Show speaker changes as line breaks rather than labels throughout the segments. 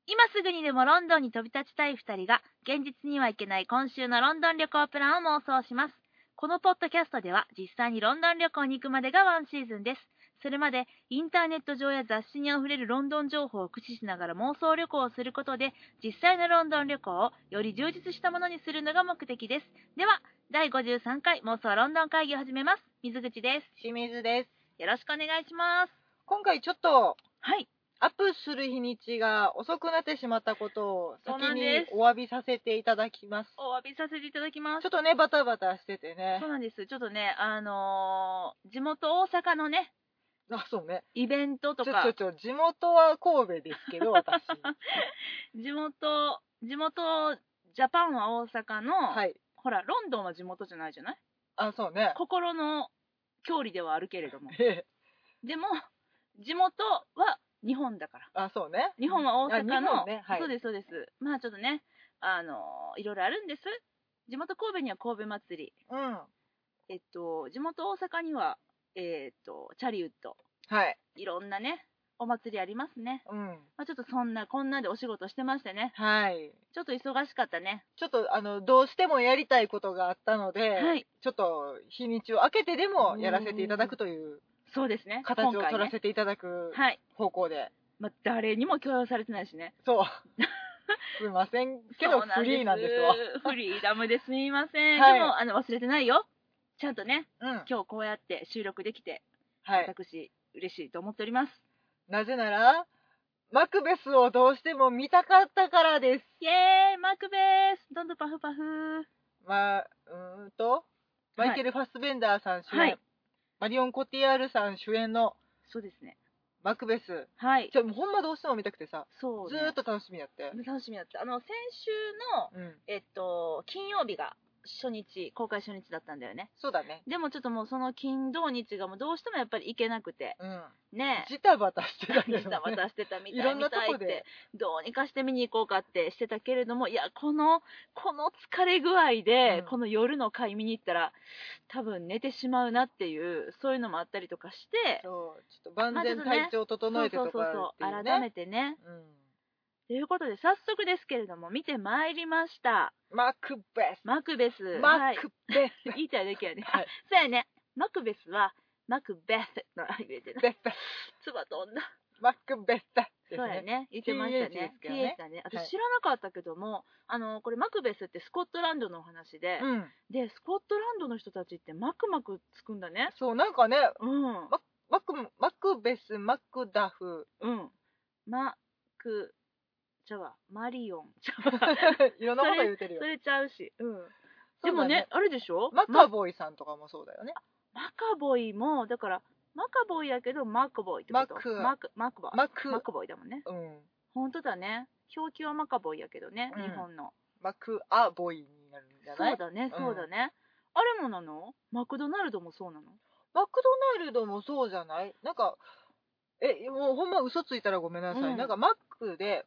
今すぐにでもロンドンに飛び立ちたい2人が現実には行けない今週のロンドン旅行プランを妄想します。このポッドキャストでは実際にロンドン旅行に行くまでがワンシーズンです。それまでインターネット上や雑誌にあふれるロンドン情報を駆使しながら妄想旅行をすることで実際のロンドン旅行をより充実したものにするのが目的です。では第53回妄想ロンドン会議を始めます。水口です。
清水です。
よろしくお願いします。
今回ちょっと
はい、
アップする日にちが遅くなってしまったことを
そう
先に
なんです
お詫びさせていただきます。
お詫びさせていただきます。
ちょっとねバタバタしててね。
そうなんです。ちょっとね、地元大阪のね、
そうね。
イベントとか、
地元は神戸ですけど私。
地元ジャパンは大阪の、
はい。
ほらロンドンは地元じゃないじゃない？
そうね。
心の距離ではあるけれども、でも地元は日本だから。
そうね。
日本は大阪の、
ね、はい、
そうですそうです。まあちょっとね、いろいろあるんです。地元神戸には神戸祭り。
うん。
地元大阪にはチャリウッド。
はい。
いろんなね、お祭りありますね。
うん。
まあ、ちょっとそんなこんなでお仕事してましてね。
はい。
ちょっと忙しかったね。
ちょっとどうしてもやりたいことがあったので、
はい、
ちょっと日にちを空けてでもやらせていただくという
そうですね。
形を取らせていただく方向で。
まあ、誰にも許容されてないしね。
そう。すいませんけどフリーなんですわ。
フリーダムですみません。
はい、
でも忘れてないよ。ちゃんとね、
今
日こうやって収録できて、
はい、
私嬉しいと思っております。
なぜならマクベスをどうしても見たかったからです。
イエーイマクベスどんどんパフパフ。
マイケル・ファスベンダーさん主演、
はい、
マリオン・コティアールさん主演の
そうですね。
マクベス。
はい。
もうほんまどうしても見たくてさ、
そうね、
ずーっと楽しみやって。
楽しみだった。先週の、金曜日が公開初日だったんだよね。
そうだね。
でもちょっともうその金土日がもうどうしてもやっぱり行けなくて、ね
ジタバタしてたけどね。
ジタバタしてたみたい
いろんなとこで
ってどうにかして見に行こうかってしてたけれども、いやこの疲れ具合で、この夜の回見に行ったら多分寝てしまうなっていうそういうのもあったりとかして、
そうちょっと万全体調整えてとかっていうね。
改めてね。ということで早速ですけれども見てまいりました。
マクベス。
言いたいだけやね。そうやね。マクベスはマクベスの入れてな。つば飛んだ。
マクベスだ。
そうやね。言ってましたね。TH だね。私知らなかったけども、これマクベスってスコットランドのお話で、でスコットランドの人たちってマクマクつくんだね。
そうなんかね。マクベス、マクダフ。
マクマリオン
いろんなこと言うてるよ。
それちゃうし、でもね、あれでしょ、
マカボイさんとかもそうだよね。
マカボイもだからマカボイやけどマクボイってこと。マクボイだもんね。本当だね。表記はマカボイやけどね、日本の
マクアボイになるんじゃない？
そうだね。あれもなの？マクドナルドもそうなの？
マクドナルドもそうじゃない？なんかもうほんま嘘ついたらごめんなさい。なんかマックで、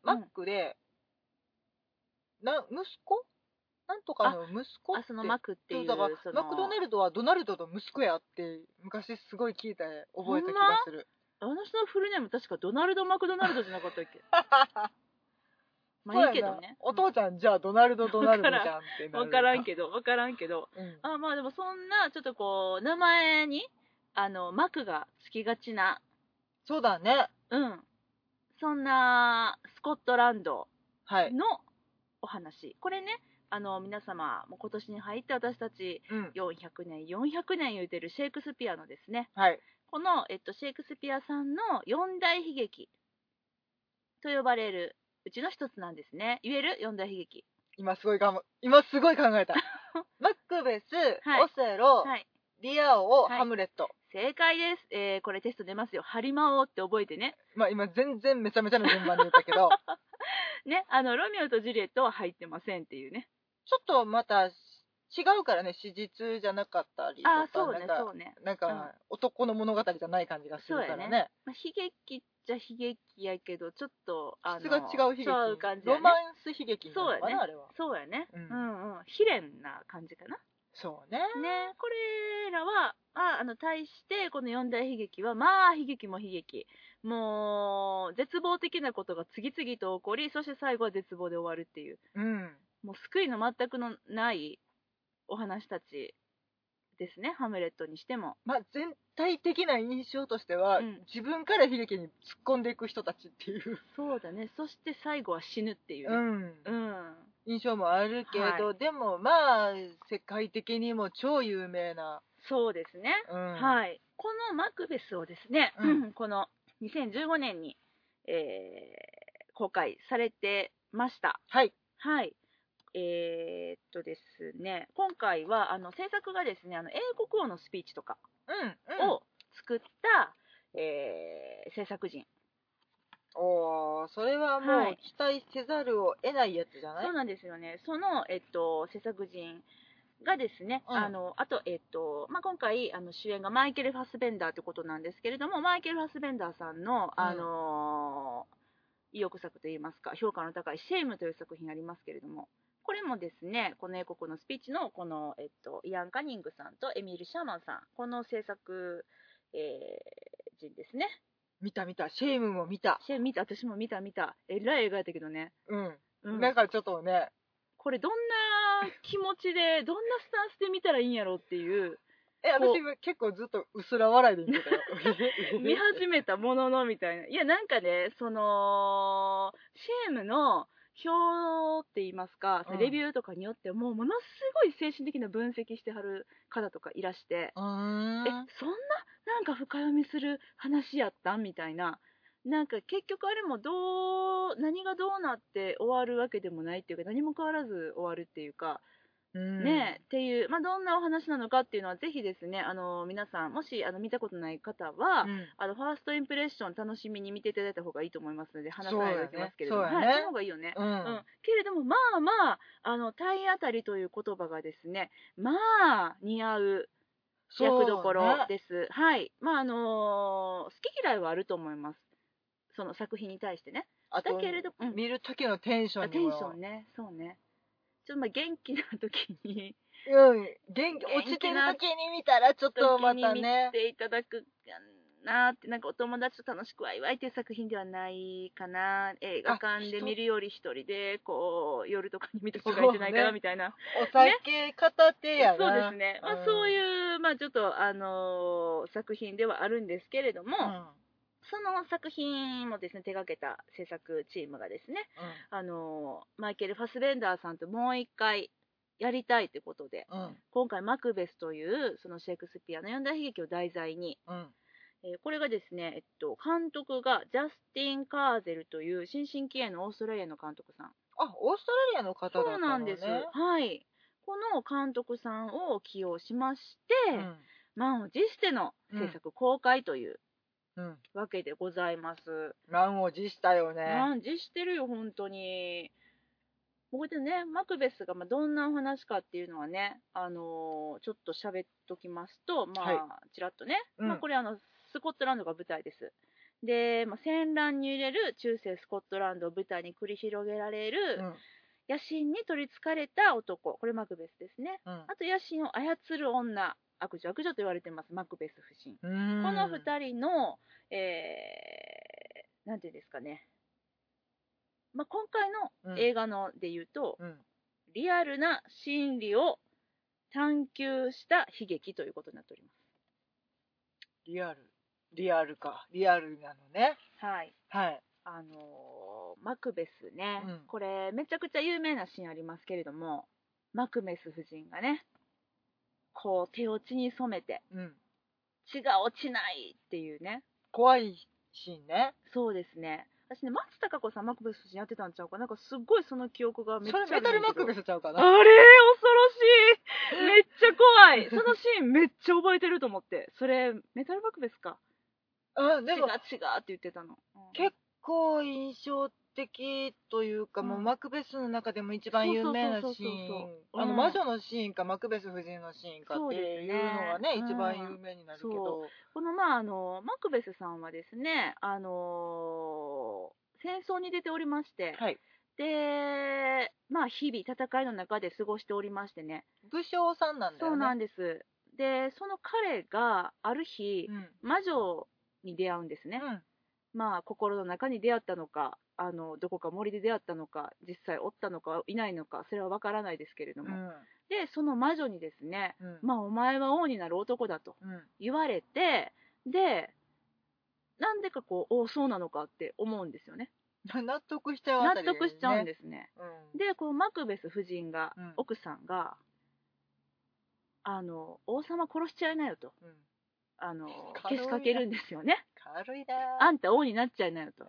息子なんとかの息子って。
そのマクっていう。
だからマクドナルドはドナルドの息子やって昔すごい聞いた覚えた気がする。
あの人のフルネーム確かドナルド・マクドナルドじゃなかったっけ？まあいいけどね。
お父ちゃんじゃあドナルドじゃんってなる。
分からんけど。まあでもそんなちょっとこう名前にマクがつきがちな。
そうだね。
そんなスコットランド
の
お話。これね、皆様も今年に入って私たち400年言うてるシェイクスピアのですね。このシェイクスピアさんの四大悲劇と呼ばれるうちの一つなんですね。言える？四大悲劇。
今すごい考えた。マクベス、オセロ、リア王、ハムレット。
正解です。これテスト出ますよ。ハリマ王って覚えてね。
まあ今全然めちゃめちゃな順番で言ったけど。
ね、ロミオとジュリエットは入ってませんっていうね。
ちょっとまた違うからね、史実じゃなかったりとか。
そうね。
なんか、男の物語じゃない感じがするからね。
まあ、悲劇っちゃ悲劇やけど、ちょっと
質が違う悲劇。
違う感じ、
ロマンス悲劇なのかな、あれは。
そうやね。悲恋な感じかな。
そうね。
ね、これらは、対してこの四大悲劇はまあ悲劇も悲劇。 もう絶望的なことが次々と起こり、そして最後は絶望で終わるっていう、もう救いの全くのないお話たちですね、ハムレットにしても。
全体的な印象としては、自分から悲劇に突っ込んでいく人たちっていう。
そうだね。そして最後は死ぬっていうね。
印象もあるけど、でも世界的にも超有名な。
そうですね。はい。このマクベスをですね、この2015年に、公開されてました。
はい。
はい。ですね、今回は制作がですね、英国王のスピーチとかを作った、制作陣。
それはもう期待せざるを得ないやつじゃない？
そうなんですよね。その、制作陣がですね、あと、今回主演がマイケル・ファスベンダーということなんですけれども、マイケル・ファスベンダーさんの、意欲作といいますか、評価の高いシェイムという作品ありますけれども、これもですね、この英国のスピーチのこの、イアン・カニングさんとエミール・シャーマンさん、この制作、陣ですね。
見た。シェイムも見た。
私も見た。えらい映画やったけどね。
なんかちょっとね。
これどんな気持ちで、どんなスタンスで見たらいいんやろっていう。
私結構ずっとうすら笑いで見てたよ。
見始めたもののみたいな。いや、なんかね、シェームの表って言いますか、レビューとかによってものすごい精神的な分析してはる方とかいらして、そんななんか深読みする話やったんみたいな。なんか結局あれも何がどうなって終わるわけでもないっていうか、何も変わらず終わるっていうか、ねっていう、どんなお話なのかっていうのはぜひですね、皆さんもし見たことない方は、ファーストインプレッション楽しみに見ていただいた方がいいと思いますので、話さないでおきますけれども、その方がいいよね。けれども体当たりという言葉がですね、似合う役どころです。はい。好き嫌いはあると思います。その作品に対してね。
だけれども、見る時のテンションにも。
テンションね、そうね。ちょっと元気な時に、
落ちてる時に見たらちょっとまたね。
見ていただくかなって、なんかお友達と楽しくワイワイっていう作品ではないかな。映画館で見るより一人で夜とかに見た方がいいんじゃないかなみたいな。
お酒片手やな。
そうですね。そういうちょっと作品ではあるんですけれども。その作品もですね、手掛けた制作チームがですね、マイケル・ファスベンダーさんともう一回やりたいということで、今回マクベスというそのシェイクスピアの四大悲劇を題材に、これがですね、監督がジャスティン・カーゼルという新進気鋭のオーストラリアの監督さん。
オーストラリアの方だったのね。
そうなんです。はい。この監督さんを起用しまして、満を持しての制作公開という、わけでございます。
満を持したよね。
満持してるよ、本当に。ここでね、マクベスがどんなお話かっていうのはね、ちょっと喋っときますと、ちらっとね、これスコットランドが舞台です。で、戦乱に揺れる中世スコットランドを舞台に繰り広げられる、野心に取りつかれた男、これマクベスですね。あと野心を操る女、悪女と言われてます、マクベス夫人。この2人の、なんていうんですかね。今回の映画ので言うと、リアルな心理を探求した悲劇ということになっております。
リアルか。リアルなのね。
はい。
はい。
マクベスね、これめちゃくちゃ有名なシーンありますけれども、マクベス夫人がね、手を血に染めて、血が落ちないっていうね。
怖いシーンね。
そうですね。私ね、松たか子さんマクベス夫人やってたんちゃうかなんかすっごいその記憶がめっちゃある。
それメタルマクベスちゃうかな。
あれ恐ろしい。めっちゃ怖い。そのシーンめっちゃ覚えてると思って。それ、メタルマクベスか。
でも
違うって言ってたの。
結構印象的というか、もうマクベスの中でも一番有名なシーン、魔女のシーンかマクベス夫人のシーンかっていうのがね、一番有名になるけど、
このマクベスさんはですね、戦争に出ておりまして、で、日々戦いの中で過ごしておりましてね。
武将さんなんだよね。
そうなんです。で、その彼がある日、魔女に出会うんですね。 まあ心の中に出会ったのか、どこか森で出会ったのか、実際おったのかいないのか、それは分からないですけれども、でその魔女にですね、まあお前は王になる男だと言われて、でなんでかこうそうなのかって思うんですよね。
納得しちゃうあたり
納得しちゃうんですね。でこうマクベス夫人が、奥さんが王様殺しちゃいなよと、けしかけるんですよね。
軽いな。
あんた王になっちゃいなよと、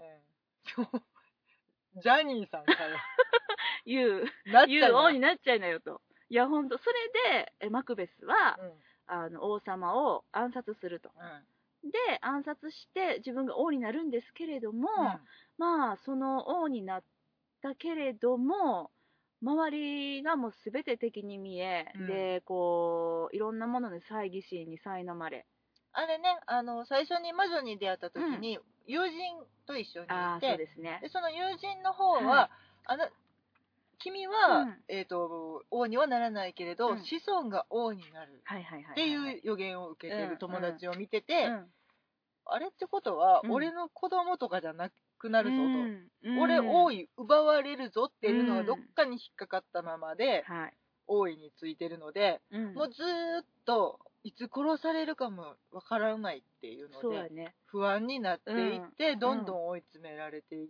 ジャニーさんかよ
言う王になっちゃいなよと。いやほんとそれでマクベスは、王様を暗殺すると、で暗殺して自分が王になるんですけれども、まあその王になったけれども周りがもう全て敵に見え、でこういろんなもので猜疑心に苛まれ、
あれね、最初に魔女に出会った時に、友人と一緒にいて、
そうですね、
でその友人の方は、君は、王にはならないけれど、子孫が王になるっていう予言を受けてる友達を見てて、あれってことは、俺の子供とかじゃなくなるぞと、俺王位奪われるぞっていうのがどっかに引っかかったままで、王位についてるので、もうずーっといつ殺されるかもわからないっていうので、不安になっていって、どんどん追い詰められていって、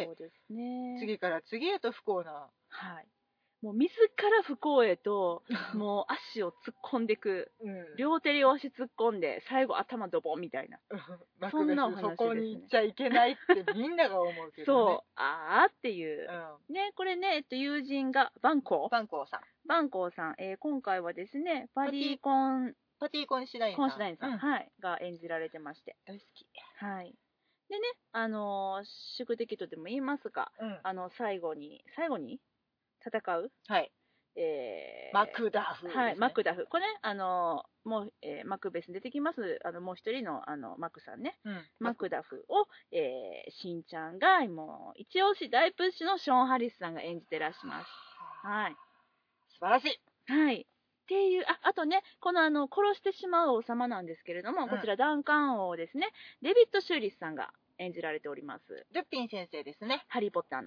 次から次へと不幸な、
もう自ら不幸へともう足を突っ込んでいく、両手両足突っ込んで最後頭ドボンみたいな、
そんなお話ですね。そこに行っちゃいけないってみんなが思うけどね。
そうあーっていう、ね、これね、友人がバンコーさん、今回はですねパティコンシダインさん、が演じられてまして、
大好き。
でね、宿敵とでも言いますが、最後に戦う、
マクダフ、
マクダフ、これね、もう、マクベスに出てきますもう一人のマクさんね、マクダフを、しんちゃんがもう一押し大プッシュのショーン・ハリスさんが演じてらっしゃいます。
素晴らしい。
っていう、あとね、この殺してしまう王様なんですけれども、こちらダンカン王ですね、デビッド・シューリスさんが演じられております。
ルッピン先生ですね。
ハリー・ポッターの。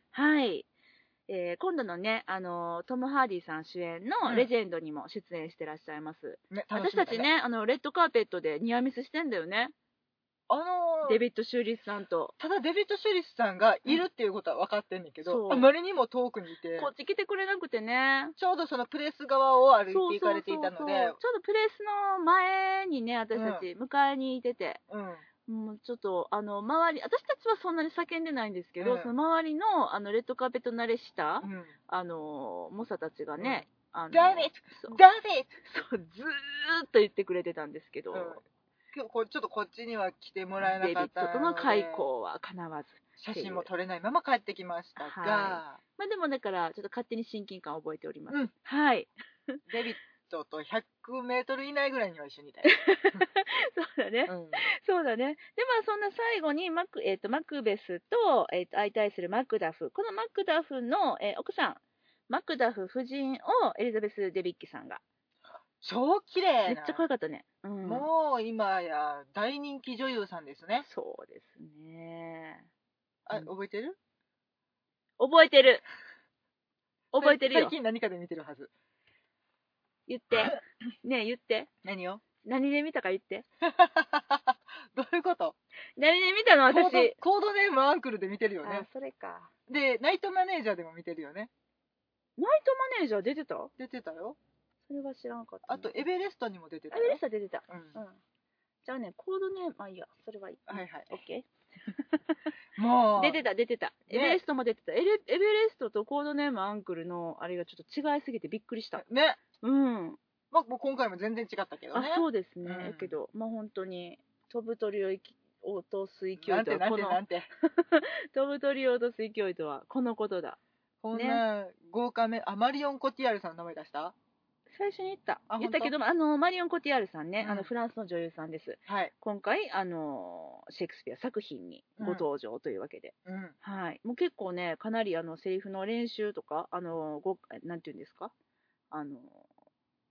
今度のね、トム・ハーディさん主演のレジェンドにも出演してらっしゃいます。私たちね、レッドカーペットでニアミスしてんだよね。デビッド・シューリスさんと。
ただデビッド・シューリスさんがいるっていうことは分かってんねんけど、あまりにも遠くにいて、
こっち来てくれなくてね、
ちょうどそのプレス側を歩いて行かれていたので、
ちょうどプレスの前にね、私たち迎えにいてて、もうちょっと周り、私たちはそんなに叫んでないんですけど、その周りのレッドカーペット慣れした、猛者たちがね、
ダビッド
そうずーっと言ってくれてたんですけど、
今日ちょっとこっちには来てもらえなかったので、
デビッドとの開口はかなわず、
写真も撮れないまま帰ってきましたが、
まあでもだからちょっと勝手に親近感を覚えております。
デビッドと100メートル以内ぐらいには一緒にいたい。
そうだね。そうだね。で、まあそんな最後にマクベスと、相対するマクダフ。このマクダフの、奥さん、マクダフ夫人をエリザベス・デビッキさんが。
超綺麗な。
めっちゃ可愛かったね。
もう今や大人気女優さんですね。
そうですね。
覚えてる？
覚えてるよ。
最近何かで見てるはず。
言って。ねえ、言って。
何を？
何で見たか言って。
どういうこと？
何で見たの私。
コードネームアンクルで見てるよね。
それか。
で、ナイトマネージャーでも見てるよね。
ナイトマネージャー出てた？
出てたよ。
それは知らんかった。
あと、エベレストにも出てた
よ。エベレスト出てた。じゃあね、コードネーム、いいや、それはいい。オッケー。もう。出てた。エベレストも出てた。エベレストとコードネームアンクルのあれがちょっと違いすぎてびっくりした。
ね。まあ、もう今回も全然違ったけどね。
そうですね。けど、まあ本当に、飛ぶ鳥を落とす勢いとは
なんて。
飛ぶ鳥を落とす勢いとはこのことだ。
こんな豪華め、マリオン・コティアルさんの名前出した？
最初に言ったけど、マリオン・コティアルさんね、フランスの女優さんです。今回、シェイクスピア作品にご登場というわけで。もう結構ね、かなりセリフの練習とか、なんていうんですか、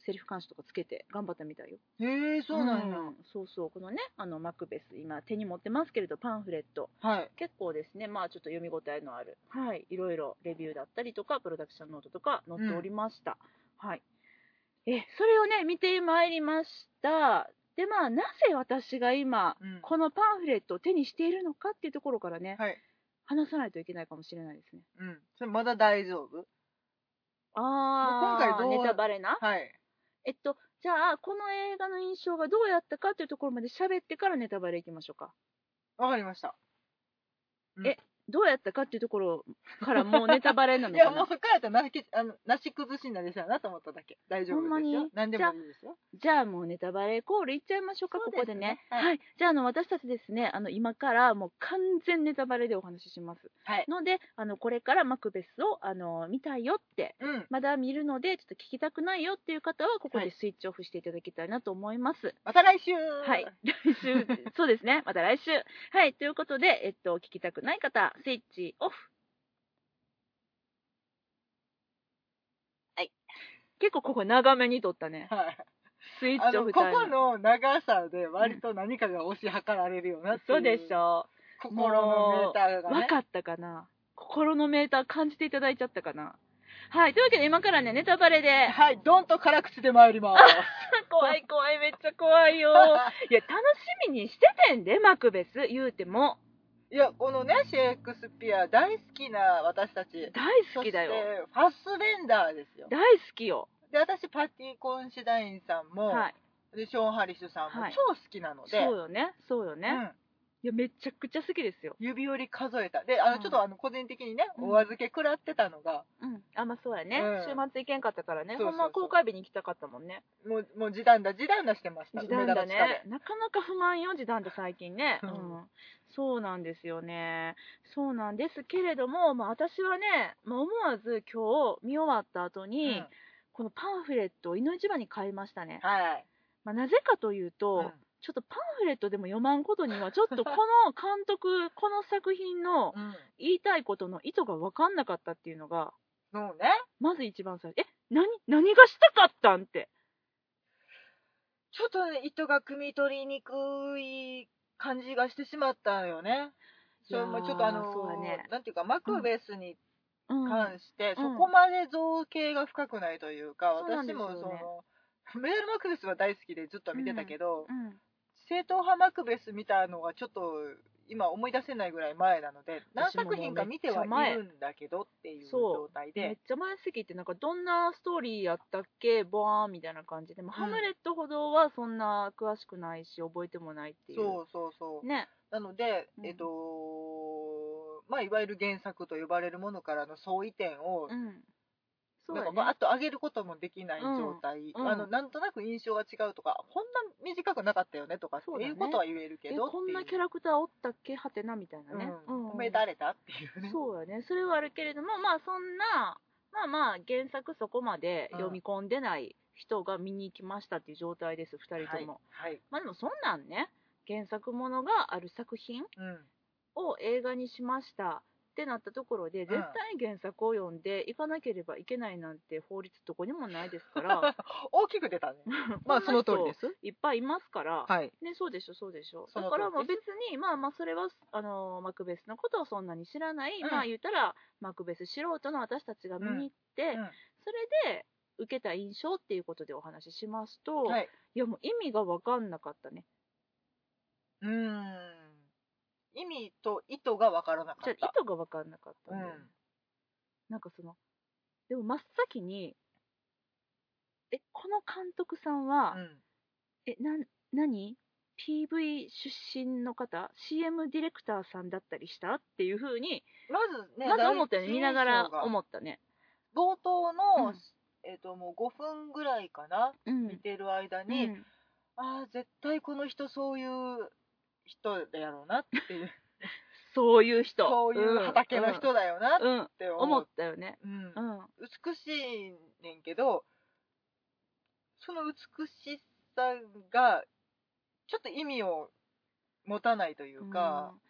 セリフ監視とかつけて頑張ったみたいよ。
へえ、そうなんや。
そうそう、このね、マクベス、今手に持ってますけれど、パンフレット。
はい。
結構ですね、まあちょっと読み応えのある、はい、いろいろレビューだったりとか、プロダクションノートとか載っておりました。はい。それをね、見てまいりました。で、まあ、なぜ私が今、このパンフレットを手にしているのかっていうところからね、
はい。
話さないといけないかもしれないですね。
それまだ大丈夫？今回
ネタバレな。
はい。
じゃあ、この映画の印象がどうやったかっていうところまで喋ってからネタバレいきましょうか。
わかりました。
どうやったかっていうところからもうネタバレなのかな。
いや、もうそっからやったらなし崩しになりそうやなと思っただけ。大丈夫ですよ。
ほんまに
何でもいいですよ。
じゃあもうネタバレコールいっちゃいましょうか、
そうですね
ここでね。
はい
はい。じゃあ私たちですね、今からもう完全ネタバレでお話しします。
はい。
ので、これからマクベスを、見たいよって、まだ見るので、ちょっと聞きたくないよっていう方は、ここでスイッチオフしていただきたいなと思います。
また来週。
はい。来週、そうですね。また来週。はい。ということで、聞きたくない方、スイッチオフ。はい。結構ここ長めに撮ったね。
はい。
スイッチオフ
こ
タイム。
この長さで割と何かが推し量られるよなっていう。
そうでしょ。
心のメーターがね。
分かったかな。心のメーター感じていただいちゃったかな。はい。というわけで今からね、ネタバレで。
はい。どんと辛口で参ります。
怖い怖い、めっちゃ怖いよ。いや、楽しみにしててんで、マクベス、言うても。
いや、このね、シェイクスピア大好きな私たち。
大好きだよ。
そして、ファスベンダーですよ。
大好きよ。
で、私、パティ・コンシダインさんも、
はい、
でショーン・ハリスさんも超好きなので。
そうよね、そうよね。いや、めちゃくちゃ好きですよ。
指折り数えた。で、ちょっと個人的にね、お預け食らってたのが。
まあそうやね。週末行けんかったからね。
そうそうそう、
ほんま公開日に行きたかったもんね。
もう時短だしてました。
時短だね。なかなか不満よ、時短って最近ね。そうなんですよね。そうなんですけれども、まあ私はね、思わず今日見終わった後に、このパンフレットをいの一番に買いましたね。
はい。
まあなぜかというと、ちょっとパンフレットでも読まんことには、ちょっとこの監督、この作品の言いたいことの意図が分かんなかったっていうのが、
そうね。
まず一番最初、何がしたかったんって。
ちょっとね、意図が汲み取りにくい感じがしてしまったよね。ちょっと
そうね、
なんていうか、マクベスに関して、そこまで造形が深くないというか、私もメールマクベスは大好きでずっと見てたけど、正統派マクベス見たのがちょっと今思い出せないぐらい前なので、何作品か見てはいるんだけどっていう状態で、
めっちゃ前すぎて、なんかどんなストーリーやったっけボワーンみたいな感じで、ハムレットほどはそんな詳しくないし覚えてもないっていう。
そう
ね。
なので、まあいわゆる原作と呼ばれるものからの相違点を、なんかバーッと上げることもできない状態、なんとなく印象が違うとか、こんな短くなかったよねとかっていうことは言えるけど、
こんなキャラクターおったっけはてなみたいなね、
褒められたっていうね。
そうやね、それはあるけれども、まあそんなまあ原作そこまで読み込んでない人が見に行きましたっていう状態です、2人とも。まあでもそんなんね、原作ものがある作品を映画にしましたってなったところで、絶対原作を読んでいかなければいけないなんて法律どこにもないですから
大きく出たね。まあその通りです。
いっぱいいますから、ね、そうでしょ。だからまあ別にまあそれはマクベスのことをそんなに知らない、まあ言ったらマクベス素人の私たちが見に行って、それで受けた印象っていうことでお話ししますと、いやもう意味が分かんなかったね。
意味と意図が分からなかった。
意図が分からなかったんだよね。なんかでも真っ先に、この監督さんは、何 ?PV 出身の方 ?CM ディレクターさんだったりしたっていうふうに、まず思ったよね。見ながら思ったね。
冒頭の、もう5分ぐらいかな、見てる間に、絶対この人そういう人やろうなっていう
そういう人、
そういう畑の人だよなって
思ったよね。
美しいねんけど、その美しさがちょっと意味を持たないというか、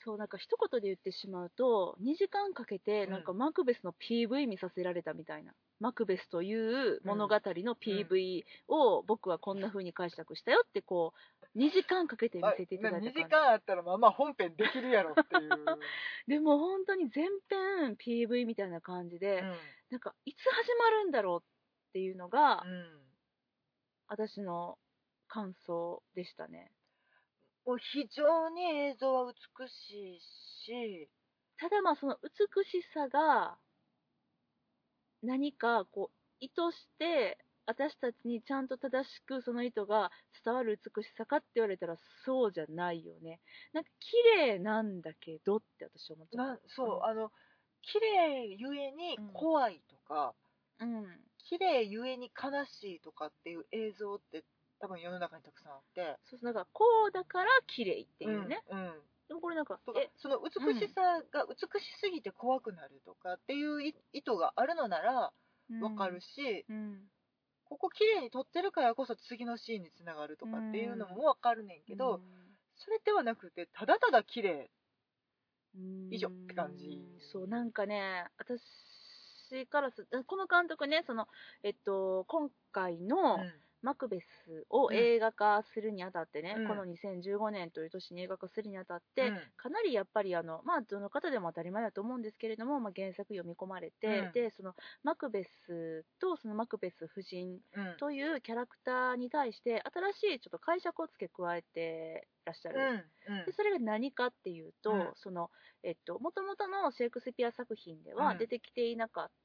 そうなんか一言で言ってしまうと2時間かけてなんかマクベスの PV 見させられたみたいな、マクベスという物語の PV を僕はこんな風に解釈したよってこう2時間かけて見せていただいた
2時間あったらまあまあ本編できるやろっていう
でも本当に全編 PV みたいな感じで、なんかいつ始まるんだろうっていうのが、私の感想でしたね。
もう非常に映像は美しいし、
ただまあその美しさが何かこう意図して私たちにちゃんと正しくその意図が伝わる美しさかって言われたらそうじゃないよね。なんか綺麗なんだけどって私は思っちゃった。
そう、綺麗ゆえに怖いとか、綺麗ゆえに悲しいとかっていう映像って多分世の中にたくさんあって、
そうそう、だからこうだから綺麗っていうね。でもこれなんか
その美しさが美しすぎて怖くなるとかっていう意図があるのならわかるし、ここ綺麗に撮ってるからこそ次のシーンにつながるとかっていうのもわかるねんけど、それではなくてただただ綺麗以上って感じ。
そうなんかね、私からこの監督ね、その今回のマクベスを映画化するにあたってね、この2015年という年に映画化するにあたって、かなりやっぱりまあどの方でも当たり前だと思うんですけれども、まあ、原作読み込まれて、でそのマクベスとそのマクベス夫人というキャラクターに対して新しいちょっと解釈を付け加えてらっしゃる。でそれが何かっていうと、その元々のシェイクスピア作品では出てきていなかった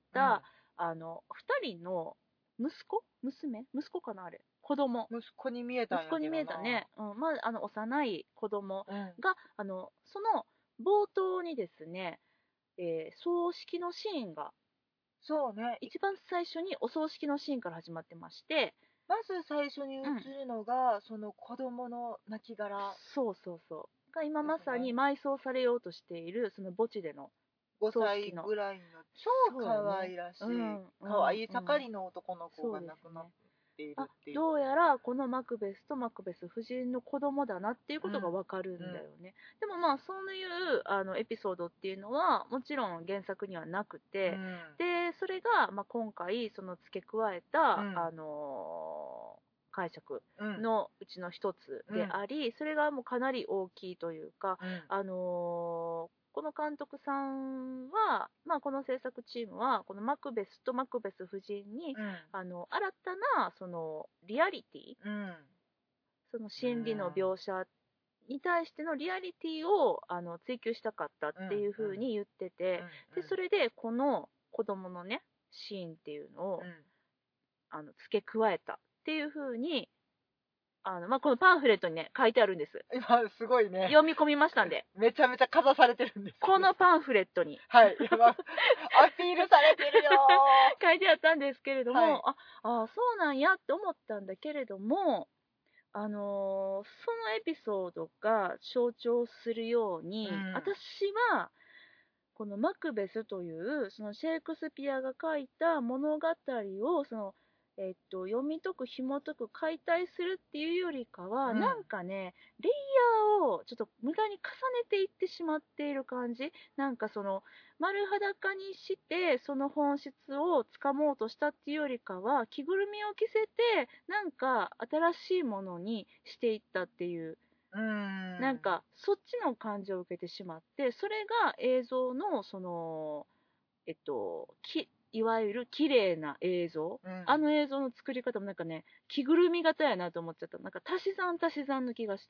、2人の息子かなあれ子供
息子に見えたんやけどな。
息子に見えたね、まあ、幼い子供が、その冒頭にですね、葬式のシーンが、
そうね、
一番最初にお葬式のシーンから始まってまして、
まず最初に映るのが、その子供の亡骸
そうが今まさに埋葬されようとしているその墓地での
5歳ぐらいの超可愛らしい、可愛い盛りの男の子が亡くなっているっていう。
どうやらこのマクベスとマクベス夫人の子供だなっていうことが分かるんだよね。でもまあそういうエピソードっていうのはもちろん原作にはなくて、でそれが、まあ、今回その付け加えた、解釈のうちの一つであり、それがもうかなり大きいというか、この監督さんは、まあ、この制作チームはこのマクベスとマクベス夫人に、新たなそのリアリティ、その心理の描写に対してのリアリティを追求したかったっていう風に言ってて、でそれでこの子供のねシーンっていうのを、付け加えたっていう風にまあ、このパンフレットにね書いてあるんです。
今すごいね
読み込みましたんで、
めちゃめちゃかざされてるんです。
このパンフレットに
はい、アピールされてるよ
書いてあったんですけれども、そうなんやって思ったんだけれども、そのエピソードが象徴するように、私はこのマクベスというそのシェイクスピアが書いた物語をその読み解く紐解く解体するっていうよりかは、なんかねレイヤーをちょっと無駄に重ねていってしまっている感じ。なんかその丸裸にしてその本質をつかもうとしたっていうよりかは、着ぐるみを着せてなんか新しいものにしていったっていう、なんかそっちの感じを受けてしまって、それが映像のそのいわゆる綺麗な映像、映像の作り方もなんかね着ぐるみ型やなと思っちゃった。なんか足し算の気がして、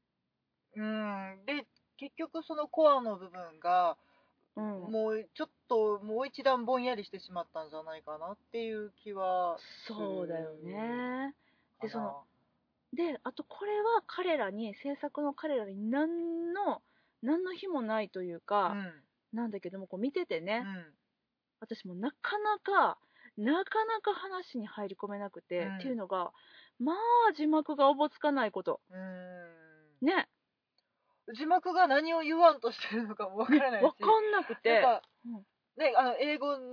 で結局そのコアの部分が、もうちょっともう一段ぼんやりしてしまったんじゃないかなっていう気はする。
そうだよね。であとこれは制作の彼らに何の日もないというか、なんだけどもこう見ててね、私もなかなか話に入り込めなくて、っていうのがまあ字幕がおぼつかないこと、ね、
字幕が何を言わんとしてるのかもわからないし、
わかんなくて、
ね、英語の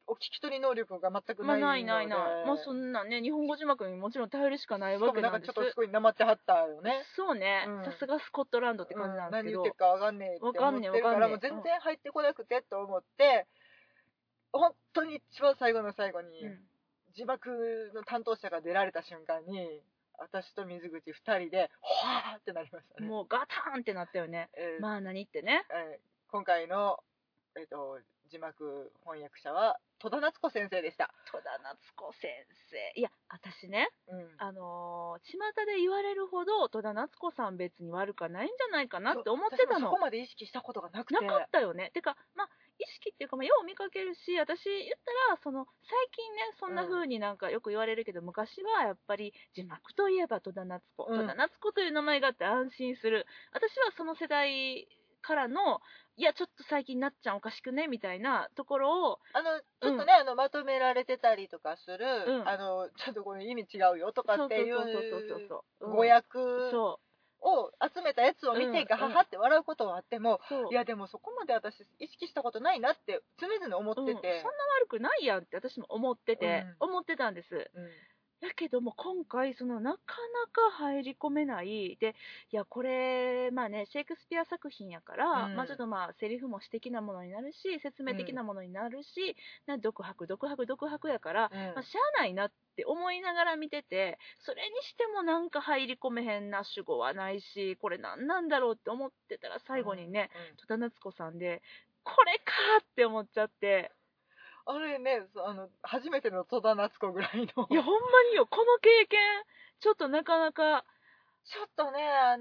お聞き取り能力が全く
まあ、
ないので、
ない。まあそんなね、日本語字幕にもちろん頼るしかないわけなんです。
しかもなんかちょっとすごいなまってはったよね。
そうね、
うん
さすがスコットランドって感じなんですけど、
何言ってるかわかんねえって思ってるから、もう全然入ってこなくてと思って、本当に一番最後の最後に、字幕の担当者が出られた瞬間に、私と水口2人で、ほわーってなりましたね。
もうガタンってなったよね。まあ何ってね。
今回の、字幕翻訳者は戸田夏子先生でした。
戸田夏子先生。いや、私ね、巷で言われるほど戸田夏子さん別に悪くはないんじゃないかなって思ってたの。
そこまで意識したことがなくて。
なかったよね。てか、まあ、意識っていうか、まあ、よう見かけるし、私言ったら、最近ね、そんな風になんかよく言われるけど、昔はやっぱり字幕といえば戸田夏子。戸田夏子という名前があって安心する。私はその世代からの、いや、ちょっと最近なっちゃんおかしくねみたいなところを、
ちょっとね、まとめられてたりとかする、ちょっとこの意味違うよとかっていう語訳を集めたやつを見てガハハって笑うことはあっても、いやでもそこまで私意識したことないなって常々思ってて、そんな
悪くないやんって私も思ってたんです。だけども今回なかなか入り込めないで、いやこれまあねシェイクスピア作品やから、まあちょっとまあセリフも詩的なものになるし説明的なものになるし、独白やから、まあ、しゃあないなって思いながら見てて、それにしてもなんか入り込めへんな、主語はないし、これ何なんだろうって思ってたら最後にね、戸田夏子さんでこれかって思っちゃって。
あれね、初めての戸田夏子ぐらいの。
いや、ほんまによ、この経験、ちょっとなかなか。
ちょっとね、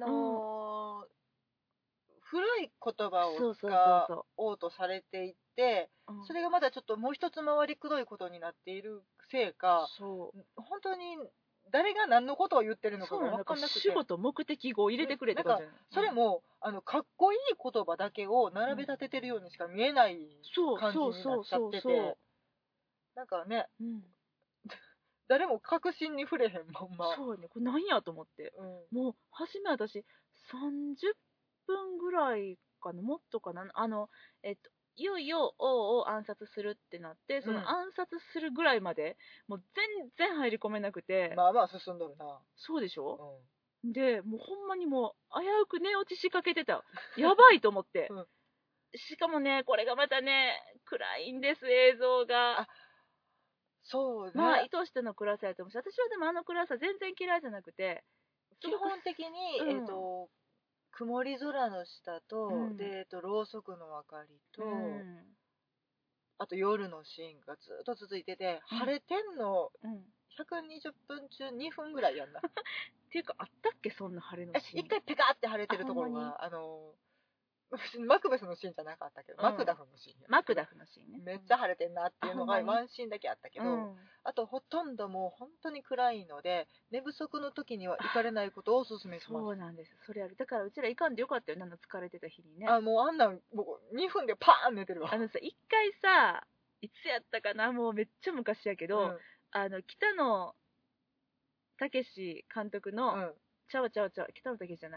古い言葉を使おうとされていて、それがまだちょっともう一つ回りくどいことになっているせいか、本当に誰が何のことを言ってるのかが分かんなくて、
主語と目的語を入れてくれってことじゃない。
それもかっこいい言葉だけを並べ立ててるようにしか見えない感じになっちゃってて、なんかね、誰も確信に触れへんまんま。
そうね、これ何やと思って、もう初め私30分ぐらいかな、もっとかな、いよいよ王を暗殺するってなって、その暗殺するぐらいまでもう全然入り込めなくて、
まあまあ進んどるな。
そうでしょ、でもうほんまにもう危うく寝落ちしかけてた。やばいと思って、しかもねこれがまたね暗いんです、映像が。
そうね。
まあ意図しての暗さやと思うし、私はでも暗さ全然嫌いじゃなくて、
基本的に、曇り空の下と、でろうそくの明かりと、あと夜のシーンがずっと続いてて、晴れてんの120分中2分ぐらいやんな。
っていうかあったっけ、そんな晴れのシーン。
一回ペカって晴れてるところが、マクベスのシーンじゃなかったけど、マクダフのシーン。
マクダフのシーンね。
めっちゃ晴れてんなっていうのがワンシーンだけあったけど、あとほとんどもう本当に暗いので、寝不足の時には行かれないことをおすすめします。
そうなんです。それある。だからうちら行かんでよかったよ、疲れてた日にね。
もうあんなん僕2分でパーン寝てるわ。
一回さ、いつやったかな、もうめっちゃ昔やけど、北野武監督の、北野武じゃない、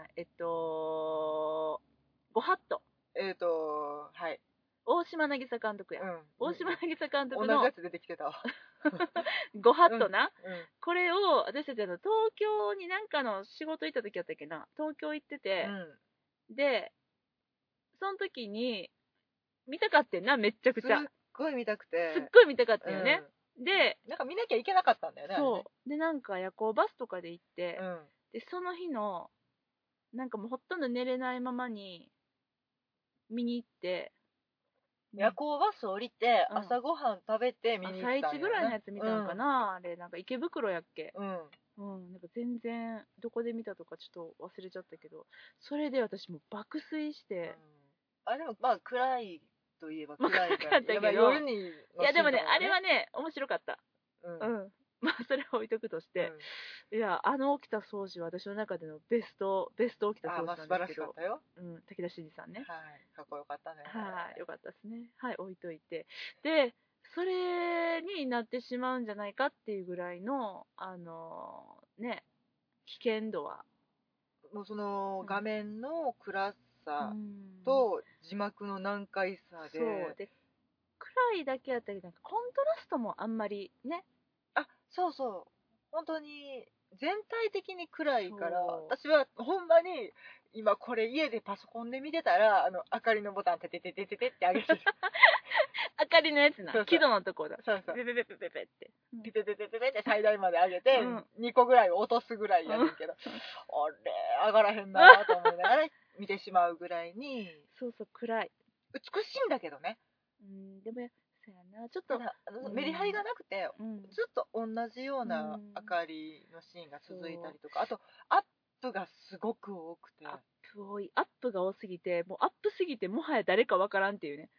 ご法度。
はい。
大島渚監督や。大島渚監督の。
同じやつ出てきてたわ。
ご法度な。これを、私たち東京になんかの仕事行った時やったっけな。東京行ってて、で、その時に、見たかってんな、めっちゃくちゃ。
すっごい見たくて。
すっごい見たかったよね。で、
なんか見なきゃいけなかったんだよね。
そう。で、なんか夜行バスとかで行って、で、その日の、なんかもうほとんど寝れないままに、見に行って、
夜行バス降りて、朝ごはん食べて見に行ったんよね。
朝一ぐらいのやつ見たんかな、あれ、なんか池袋やっけ。なんか全然、どこで見たとかちょっと忘れちゃったけど、それで私もう爆睡して。
でもまあ暗いといえば暗い
から。いやでもね、あれはね、面白かった。まあそれは置いとくとして、いや起きた掃除は私の中でのベスト起きた掃除なんですけど、
素晴らしかったよ。
武田真治さんね。
はい、かっこよかったね。
はい、よかったですね。はい、置いといて、でそれになってしまうんじゃないかっていうぐらいのね、危険度は
もうその画面の暗さと字幕の難解さで、
そうで暗いだけやったり、なんかコントラストもあんまりね。
そうそう。本当に、全体的に暗いから、
そう
私はほんまに、今これ家でパソコンで見てたら、明かりのボタンててててててって上げてる。
明かりのやつな。
そうそう
輝度のとこだ。
そうそう。
ペペペペペペって。
ててててててって最大まで上げて、
うん
2個ぐらい落とすぐらいやねんけど、あれ、上がらへんなと思いながら見てしまうぐらいに、
そうそう、暗い。
美しいんだけどね。
でも、そうやな。ちょっと、
ただメリハリがなくて、ずっと同じような明かりのシーンが続いたりとか、あとアップがすごく多くて、
アップ多い。アップが多すぎて、もうアップすぎてもはや誰かわからんっていうね。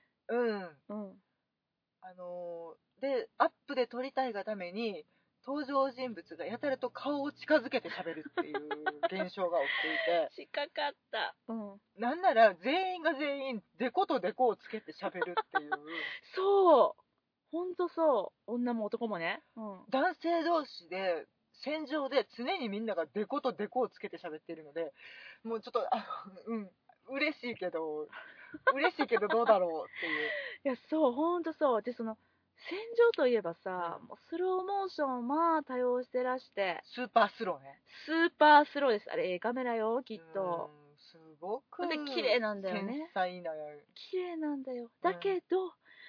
でアップで撮りたいがために登場人物がやたらと顔を近づけて喋るっていう現象が起きていて
近かった。
なんなら全員が全員デコとデコをつけて喋るっていう
そう、ほんとそう。女も男もね。
男性同士で戦場で常にみんながデコとデコをつけて喋っているので、もうちょっと嬉しいけどどうだろうっていう。
いや、そう、ほんとそう。で、その戦場といえばさ、もうスローモーションまあ多用してらして、
スーパースローね。
スーパースローです。あれ、カメラよ、きっと。
すごく
で、綺麗なんだよね。
繊細な。
綺麗なんだよ。だけど、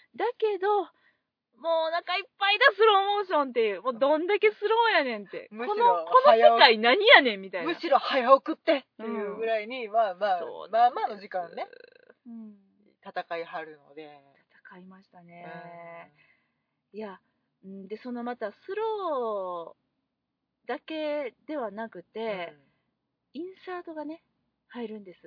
もうお腹いっぱいだ、スローモーションっていう。もうどんだけスローやねんって。この世界何やねんみたいな。
むしろ早送ってっていうぐらいに、まあの時間ね、戦いはるので。
戦いましたね。いや、で、そのまたスローだけではなくて、インサートがね、入るんです。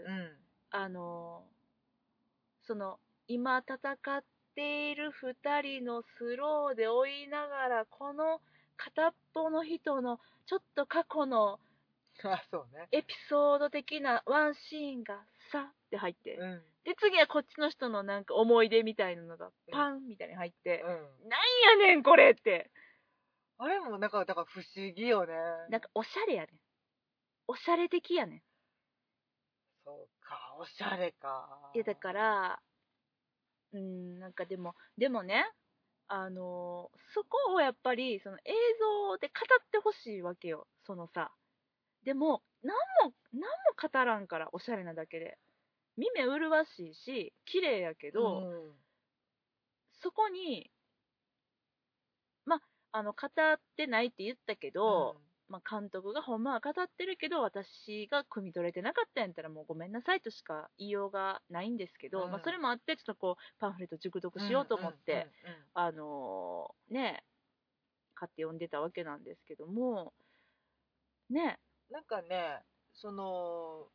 その、今戦っている2人のスローで追いながら、この片っぽの人のちょっと過去のエピソード的なワンシーンがさって入って、で次はこっちの人のなんか思い出みたいなのがパンみたいに入って、なんやねんこれって。
あれもなんかだから不思議よね。
なんかおしゃれやねん。おしゃれ的やねん。
そうか、おしゃれか。
いやだから、なんかでもね、そこをやっぱりその映像で語ってほしいわけよ。そのさ。でも何も語らんから、おしゃれなだけで。耳麗しいし綺麗やけど、そこに語ってないって言ったけど、監督がほんまは語ってるけど私が汲み取れてなかったんやったらもうごめんなさいとしか言いようがないんですけど、それもあってちょっとこうパンフレット熟読しようと思ってね買って読んでたわけなんですけどもね、
なんかね、その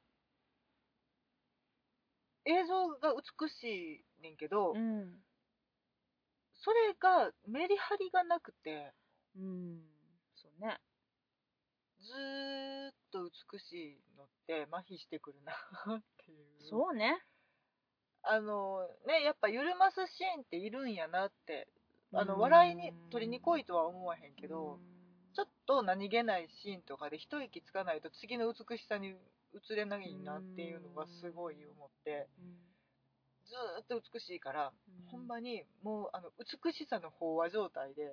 映像が美しいねんけど、それがメリハリがなくて、
そうね、
ずーっと美しいのって麻痺してくるなっていう。
そうね。
やっぱ緩ますシーンっているんやなって、笑いに取りに来いとは思わへんけど、ちょっと何気ないシーンとかで一息つかないと次の美しさに移れないなっていうのがすごい思って、ずーっと美しいから、ほんまにもう美しさの飽和状態で、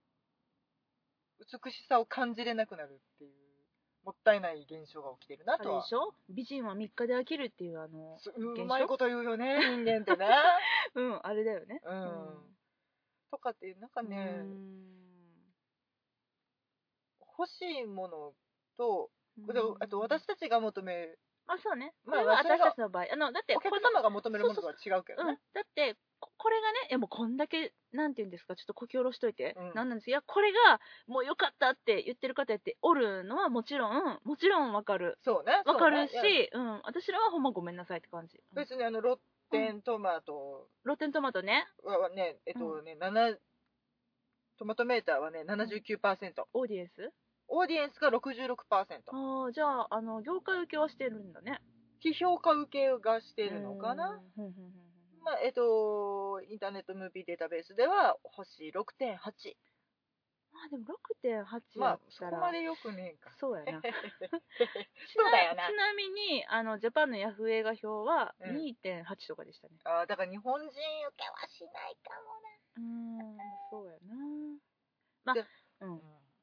美しさを感じれなくなるっていうもったいない現象が起きてるなとは。
あれでしょ、美人は3日で飽きるっていう
うまいこと言うよね人間ってね
あれだよね、
とかっていうなんかね、欲しいものと、あと私たちが求める、
そうね、これは私たちの場合だって
お客様が求めるものとは違うけどね。
だってこれがね、いやもうこんだけなんていうんですか、ちょっとこき下ろしといて、なんなんです、いやこれがもう良かったって言ってる方やっておるのはもちろんわかる。
そうね。
わかるし、私らはほんまごめんなさいって感じ。
別にロッテントマト
ね
はね、トマトメーターはね 79%、
オーディエンス
が 66%。
じゃあ業界受けはしてるんだね。
批評家受けがしてるのかな。インターネットムービーデータベースでは星 6.8。
まあでも 6.8
まあ
やったら、
そこまでよくねえか。
そうやな。
そうだよな。
ちなみにジャパンのヤフー映画表は
うん
2.8 とかでしたね。
ああ、だから日本人受けはしないか
そうやな。まあ
で
うん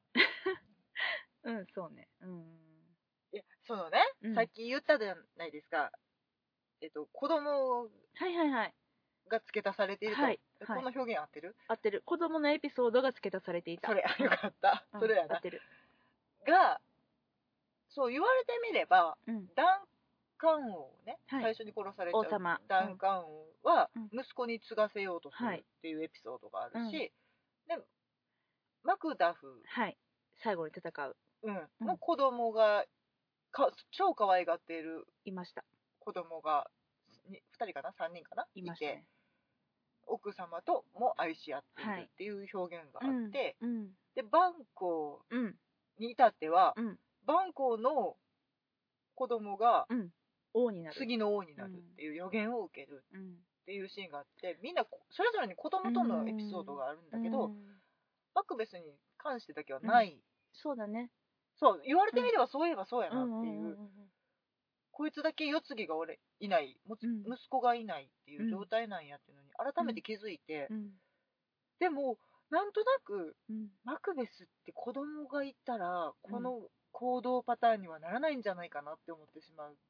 うんそうね。
いや、そのね、さっき言ったじゃないですか。子供
はいはいはい。
が付け足されていると。
はい
この表現合ってる？
合ってる。子供のエピソードが付け足されていた。
それ、よかった。それやな。
合ってる。
が、そう言われてみれば、ダンカン王ね、
はい
最初に殺されちゃう
王様
ダンカン王は
うん
息子に継がせようとする
はい
っていうエピソードがある
うん
し、でマクダフ、
はい。最後に戦う。
の子供が超可愛がっている
いました。
子供が2人かな3人かない
ましたね。
奥様とも愛し合っているっていう表現があって、でバンコーに至っては、バンコーの子供が
王になる。
次の王になるっていう予言を受けるっていうシーンがあって、みんなそれぞれに子供とのエピソードがあるんだけど、マクベスに関してだけはない、
そうだね。
そう言われてみればそういえばそうやなっていう、こいつだけ世継ぎがいない、息子がいないっていう状態なんやっていうのに改めて気づいて、でもなんとなく、マクベスって子供がいたらこの行動パターンにはならないんじゃないかなって思ってしまうって、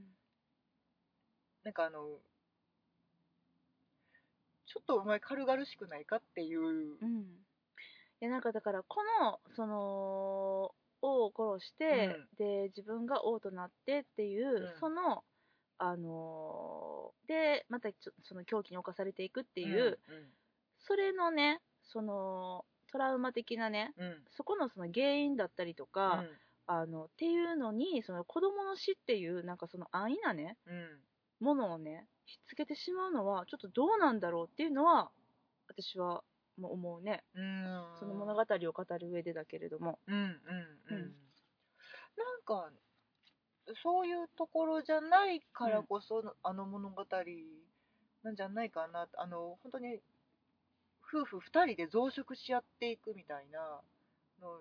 なんかちょっとお前軽々しくないかっていう、
いやなんかだからこのその王を殺して、で自分が王となってっていう、そのでまたその狂気に侵されていくっていう、それのねそのトラウマ的なね、そこのその原因だったりとか、っていうのにその子供の死っていうなんかその安易なね、ものをねひっつけてしまうのはちょっとどうなんだろうっていうのは私はもう思うね。その物語を語る上でだけれども、
なんかそういうところじゃないからこそ、あの物語なんじゃないかな。本当に夫婦2人で増殖し合っていくみたいなの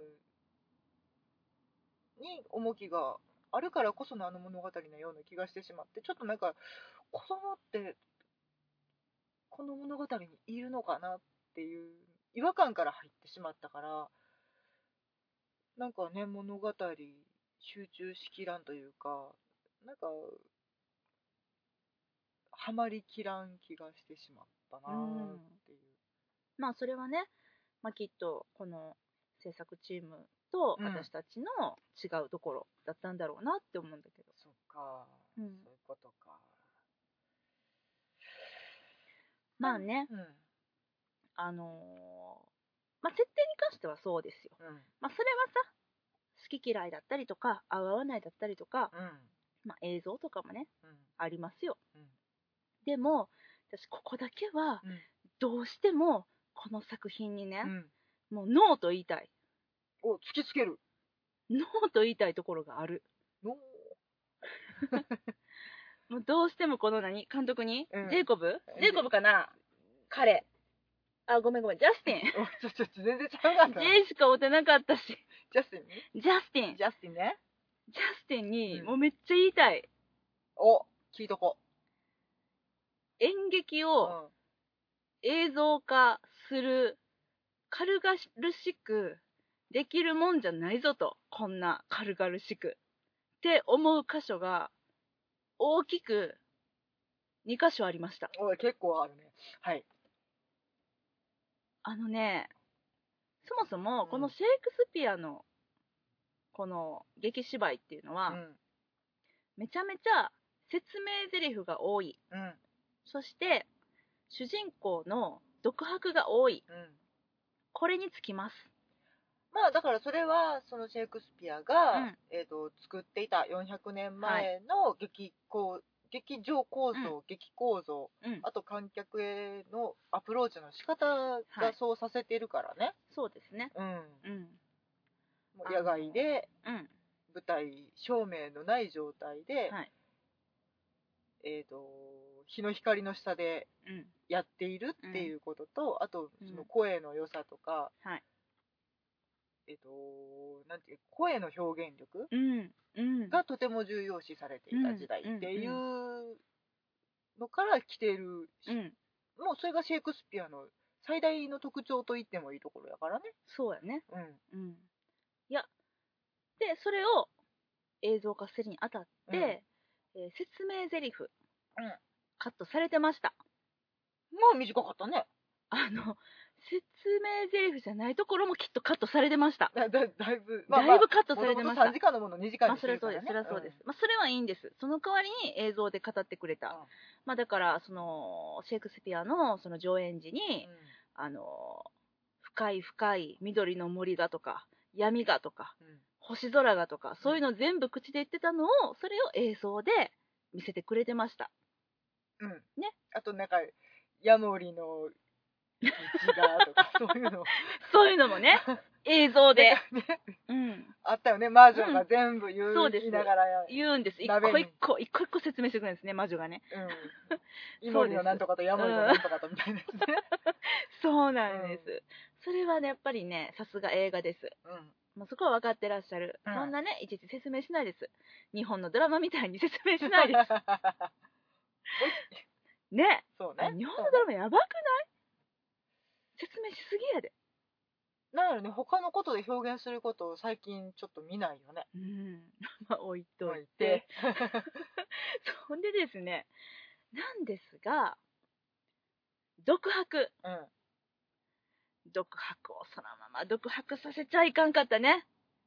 に重きがあるからこそのあの物語のような気がしてしまって、ちょっとなんか子供ってこの物語にいるのかなっていう違和感から入ってしまったから、なんかね物語集中しきらんというか、なんかハマりきらん気がしてしまったなっていう、
まあそれはね、きっとこの制作チームと私たちの違うところだったんだろうなって思うんだけど。
そっか、そういうことか。
まあね、設定に関してはそうですよ。それはさ、好き嫌いだったりとか合う合わないだったりとか、映像とかもね、ありますよ。でも私ここだけはどうしてもこの作品にね、もうノーと言いたい。
突きつける。
ノーと言いたいところがある。
ノ
ーもうどうしてもこの監督に、ジェイコブかな、彼。あ、ごめん、ジャスティン。
全然ちゃうがんだ。
ジェイしか追ってなかったし。
ジャスティン
ね。ジャスティンね。
ジャ
スティンに、もうめっちゃ言いたい。
聞いとこ。
演劇を映像化する、軽々しくできるもんじゃないぞと。こんな軽々しく。って思う箇所が、大きく2箇所ありました。
結構あるね。はい。
そもそもこのシェイクスピアのこの劇芝居っていうのは、めちゃめちゃ説明台詞が多い、そして主人公の独白が多い、これにつきます。
まあだからそれはそのシェイクスピアが、作っていた400年前の劇場構造、劇構造、あと観客へのアプローチの仕方がそうさせてるからね。
そうですね。
もう野外で、舞台照明のない状態で、日の光の下でやっているっていうことと、あとその声の良さとか、 なんていう声の表現力がとても重要視されていた時代っていうのから来ている、もうそれがシェイクスピアの最大の特徴と言ってもいいところやからね。
そうやね。いやでそれを映像化するにあたって、説明台詞、カットされてました。
まあ短かったね。
説明台詞じゃないところもきっとカットされてました。
だいぶ、
だいぶカットされてました。
3時間のもの2時間にしてるからね。
それはそうです。それはいいんです。その代わりに映像で語ってくれた。だからそのシェイクスピアのその上演時に、深い深い緑の森がとか闇がとか、星空がとか、そういうの全部口で言ってたのを、それを映像で見せてくれてました。
ね。あとなんかヤモリの道がとか
そういうのもね、映像で、
あったよね。魔女が全部言いながら
言うんです。一個一個説明してくれるんですね、魔女がね。
イモリのなんとかとヤモリのなんとかとみたいなやつね。
そうなんです。それはね、やっぱりね、さすが映画です。もうそこは分かってらっしゃる。そんなね、いちいち説明しないです。日本のドラマみたいに説明しないです。ね。
そうね。
日本のドラマやばくない？説明しすぎやで。
なので、他のことで表現することを最近ちょっと見ないよね。
まあ置いといて。そんでですね、なんですが、独白。独白をそのまま独白させちゃいかんかったね。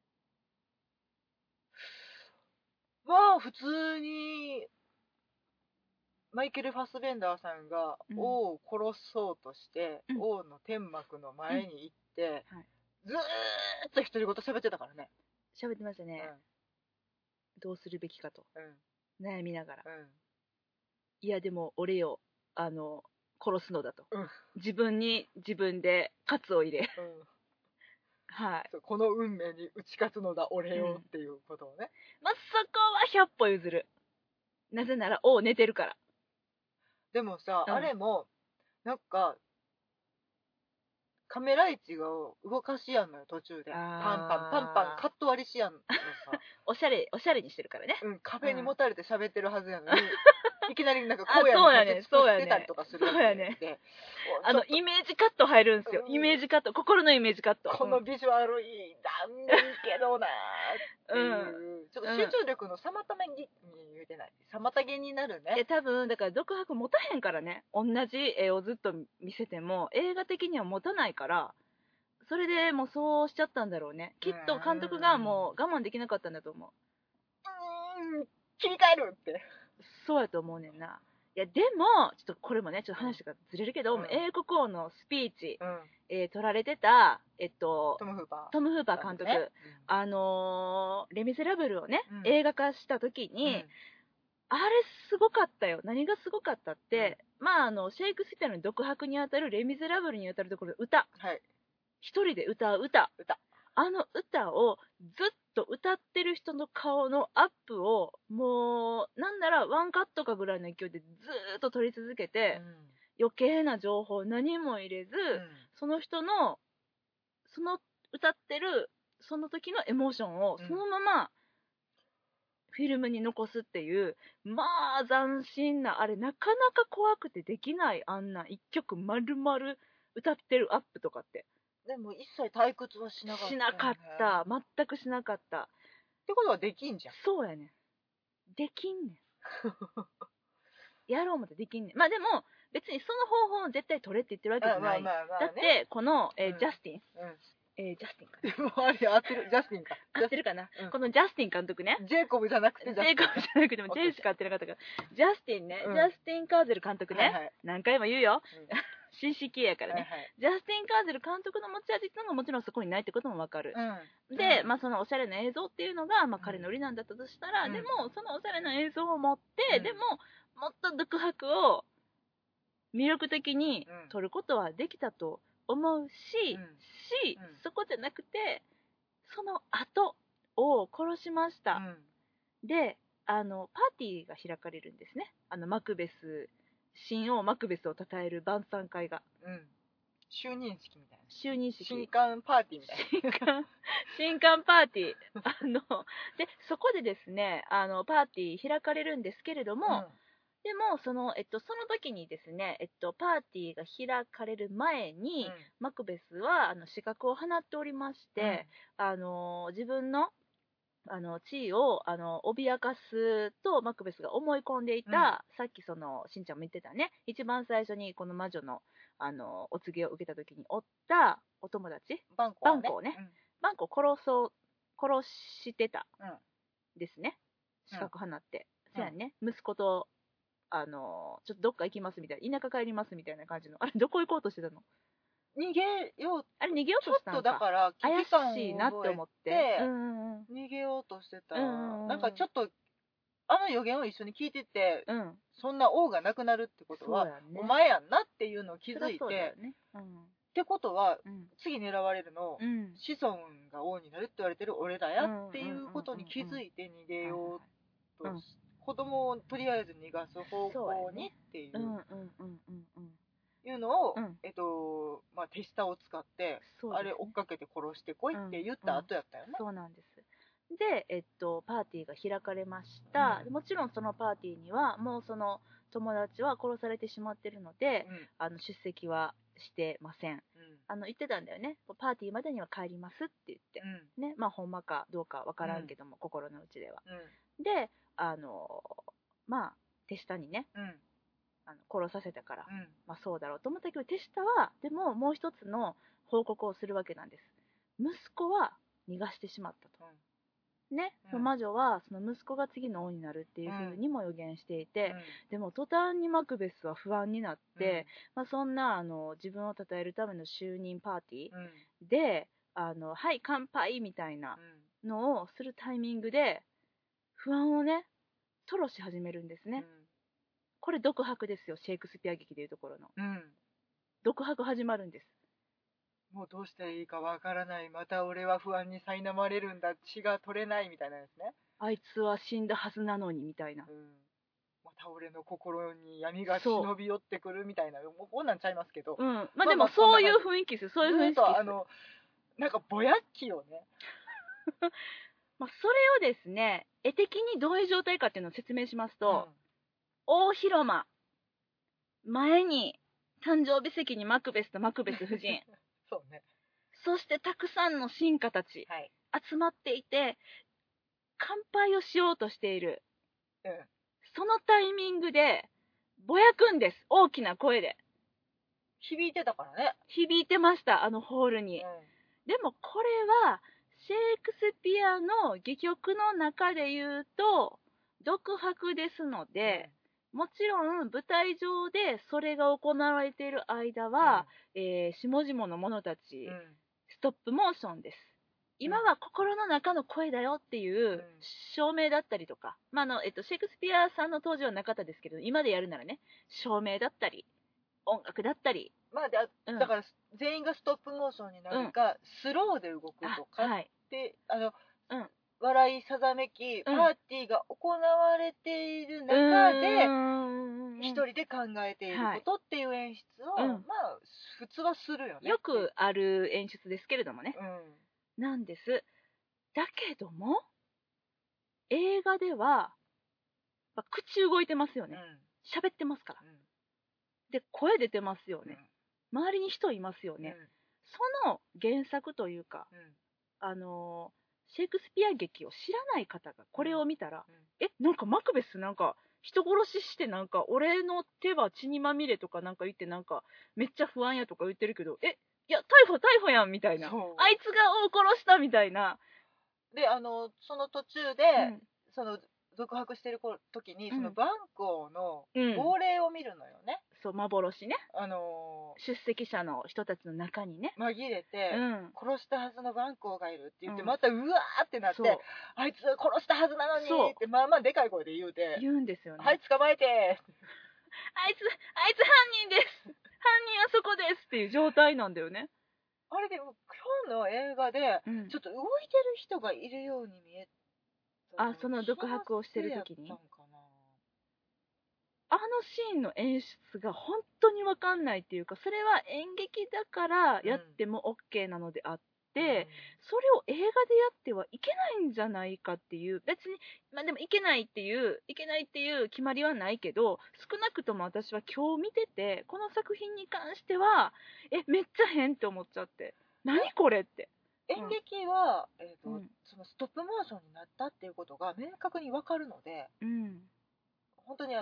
まあ普通にマイケル・ファスベンダーさんが王を殺そうとして、王の天幕の前に行って、ずーっと独り言喋ってたからね。
喋ってましたね。どうするべきかと、悩みながら、いやでも俺を殺すのだと、自分に自分でカツを入れ、
この運命に打ち勝つのだ俺をっていうことをね。
そこは100歩譲る。なぜなら王寝てるから。
でもさ、あれもなんかカメラ位置が動かしやんのよ、途中で。パンパンカット割りしやんのさ。
おしゃれにしてるからね。
壁にもたれて喋ってるはずやのに、いきなりなんか荒野に立ち尽くしてたりとかするやつで。
イメージカット入るんですよ。イメージカット、心のイメージカット。
このビジュアルいいなんねんけどなーっていう。ちょっと集中力の妨げになるね。
多分だから独白持たへんからね。同じ絵をずっと見せても映画的には持たないから、それでもうそうしちゃったんだろうね。きっと監督がもう我慢できなかったんだと思う。
切り替えるって。
そうやと思うねんな。いやでもちょっとこれもねちょっと話がずれるけど、英国王のスピーチ、撮られてたトム・フーパー監督、レ・ミゼラブルをね、映画化した時に、あれすごかったよ。何がすごかったって、シェイクスピアの独白にあたるレ・ミゼラブルにあたるところで歌、一人で歌う歌、あの歌をずっと歌ってる人の顔のアップをもうなんならワンカットかぐらいの勢いでずっと撮り続けて、余計な情報何も入れず、その人のその歌ってるその時のエモーションをそのままフィルムに残すっていう、まあ斬新な、あれなかなか怖くてできない、あんな一曲丸々歌ってるアップとかって。
でも一切退屈はしなかった、ね、
しなかった。全くしなかった。
ってことはできんじゃん。
そうやねん。できんねん。やろうもてできんねん。でも別にその方法を絶対取れって言ってるわけじゃない。だってこの、ジャスティン。ジャスティンかな。
でもあれ合ってる。ジャスティンか。
合ってるかな。このジャスティン監督ね。
ジェイコブじゃなくて
ジェイコブじゃなくてもジェイしか合ってなかったから。ジャスティンね。ジャスティン・カーゼル監督ね。何回も言うよ。新式やからね。ジャスティン・カーゼル監督の持ち味っていうのがもちろんそこにないってこともわかる。で、そのおしゃれな映像っていうのが、彼の売りなんだったとしたら、でもそのおしゃれな映像を持って、でももっと独白を魅力的に撮ることはできたと思うし、そこじゃなくてその後を殺しました、でパーティーが開かれるんですね。マクベス、新王マクベスを称える晩餐会が、
就任式みたいな。
就任式。
新刊パーティーみたいな。
新刊パーティー。で、そこでですね、パーティー開かれるんですけれども、でも、その時にですね、パーティーが開かれる前に、マクベスは、刺客を放っておりまして、自分の、地位を、脅かすと、マクベスが思い込んでいた、さっきしんちゃんも言ってたね、一番最初にこの魔女の、お告げを受けた時におったお友達、バンコをね、バンコを殺してた、ですね。刺客放って。せやね、息子と、ちょっとどっか行きますみたいな、田舎帰りますみたいな感じの、あれ、どこ行こうとしてたの？
逃げよう
としたのか。
ちょっとだから
怪しいなって思って、
逃げようとしてた、なんかちょっと予言を一緒に聞いてて、そんな王がなくなるってことは、お前やんなっていうのを気づいて、ってことは、次狙われるの、子孫が王になるって言われてる俺だよっていうことに気づいて逃げようと、子供をとりあえず逃がす方向にっていうのを、手下を使って、あれ追っかけて殺してこいって言った後やったよね。
そうなんです。で、パーティーが開かれました。もちろんそのパーティーには、もうその友達は殺されてしまってるので、出席はしてません。言ってたんだよね。パーティーまでには帰りますって言って。ね、まあ、ほんまかどうかわからんけども、心の内では。で、まあ、手下にね、殺させたから、まあそうだろうと思ったけど、手下は、でももう一つの報告をするわけなんです。息子は逃がしてしまったと。ね、その魔女はその息子が次の王になるっていう風にも予言していて、でも途端にマクベスは不安になって、まあ、そんな自分を称えるための就任パーティーで、はい乾杯みたいなのをするタイミングで不安をね吐露し始めるんですね。これ独白ですよ、シェイクスピア劇でいうところの、独白始まるんです。
もうどうしていいかわからない、また俺は不安に苛まれるんだ、血が取れないみたいなですね。
あいつは死んだはずなのにみたいな、
また俺の心に闇が忍び寄ってくるみたいな、もうこんなんちゃいますけど、
まあでもそういう雰囲気です。そういう雰囲気です。
なんかぼやっきをね
まあそれをですね、絵的にどういう状態かっていうのを説明しますと、大広間前に誕生日席にマクベスとマクベス夫人
そうね。
そしてたくさんの臣下たち、集まっていて乾杯をしようとしている、そのタイミングでぼやくんです。大きな声で
響いてたからね。
響いてました、ホールに、でもこれはシェイクスピアの戯曲の中で言うと独白ですので、もちろん舞台上でそれが行われている間は、下々の者たち、ストップモーションです。今は心の中の声だよっていう証明だったりとか、まあシェイクスピアさんの当時はなかったですけど、今でやるならね、照明だったり音楽だったり、
まあだから全員がストップモーションになるか、スローで動くとかって、笑いさざめきパーティーが行われている中で一人で考えていることっていう演出を、まあ普通はするよね。
よくある演出ですけれどもね、なんです。だけども映画では、口動いてますよね。喋ってますから。で声出てますよね。周りに人いますよね。その原作というか、シェイクスピア劇を知らない方がこれを見たら、なんかマクベスなんか人殺ししてなんか俺の手は血にまみれとかなんか言ってなんかめっちゃ不安やとか言ってるけど、いや逮捕やんみたいな、あいつが王殺したみたいな。
でその途中で、その続白してる時に、そのバンコの亡霊を見るのよね。
そう、幻ね。出席者の人たちの中にね
紛れて、殺したはずのバンコがいるって言って、またうわーってなって、あいつ殺したはずなのにってまあまあでかい声で言うんですよね。はい捕まえて
あいつ犯人です、犯人はそこですっていう状態なんだよね。
あれでも今日の映画でちょっと動いてる人がいるように見えた。
その独白をしてる時にあのシーンの演出が本当に分かんないっていうか、それは演劇だからやっても OK なのであって、それを映画でやってはいけないんじゃないかっていう、別に、まあでもいけないっていう決まりはないけど、少なくとも私は今日見てて、この作品に関しては、めっちゃ変って思っちゃって。何これって。
演劇は、そのストップモーションになったっていうことが明確に分かるので、本当に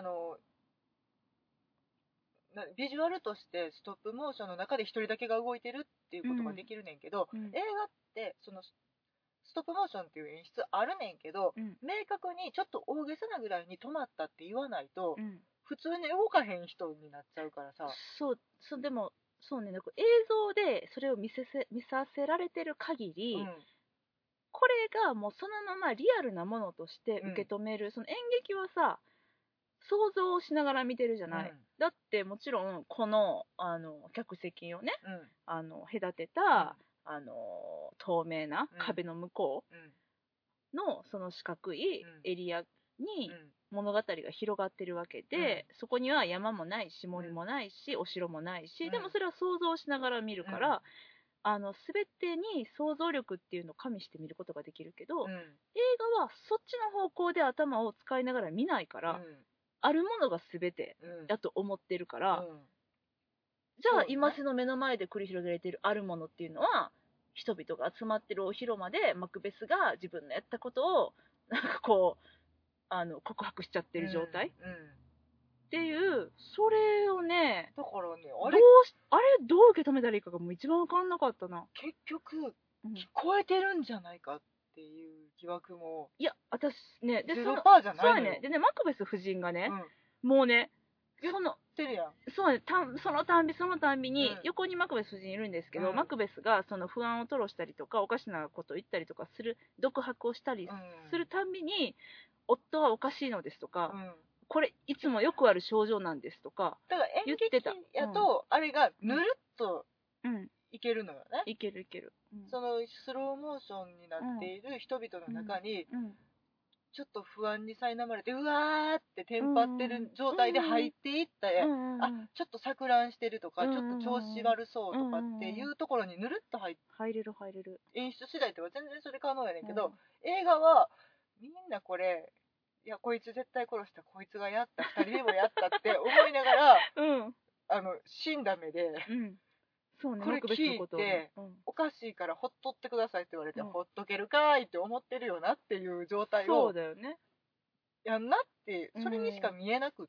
ビジュアルとしてストップモーションの中で一人だけが動いてるっていうことができるねんけど、映画ってそのストップモーションっていう演出あるねんけど、明確にちょっと大げさなぐらいに止まったって言わないと、普通に動かへん人になっちゃうからさ。
でもそうね、なんか映像でそれを見させられてる限り、これがもうそのままリアルなものとして受け止める、その演劇はさ、想像しながら見てるじゃない、だってもちろんこの客席をね、隔てた、透明な壁の向こうのその四角いエリアに物語が広がってるわけで、そこには山もないし森もないし、お城もないし、でもそれは想像しながら見るから、全てに想像力っていうのを加味して見ることができるけど、映画はそっちの方向で頭を使いながら見ないから、あるものが全てだと思ってるから、じゃあ今瀬の目の前で繰り広げられているあるものっていうのは、人々が集まってるお広間でマクベスが自分のやったことをなんかこう告白しちゃってる状態、っていう、それをね、
だからね、
あれどう受け止めたらいいかがもう一番分かんなかったな。
結局、聞こえてるんじゃないかっていう疑惑も、
いや、私ね、
で0%じゃないのよ。
そうやね。でね、マクベス夫人がね、もうね、
言ってるやん。
そうね、そのたんびに、横にマクベス夫人いるんですけど、マクベスがその不安を吐露したりとか、おかしなことを言ったりとかする、独白をしたりするたんびに、夫はおかしいのですとか、これいつもよくある症状なんですとか
だから演劇やと、あれがぬるっといけるのよね。
いける、
そのスローモーションになっている人々の中に、ちょっと不安に苛まれてうわーってテンパってる状態で入っていったちょっと錯乱してるとか、ちょっと調子悪そうとかっていうところにぬるっと入れる。演出次第では全然それ可能やねんけど、映画はみんなこれ、いやこいつ絶対殺した、こいつがやった、2人でもやったって思いながら死んだ目で、
そうね、
これ聞いて、おかしいからほっとってくださいって言われて、ほっとけるかいって思ってるよなっていう状態を、
そうだよね、
やんなって、それにしか見えなくって、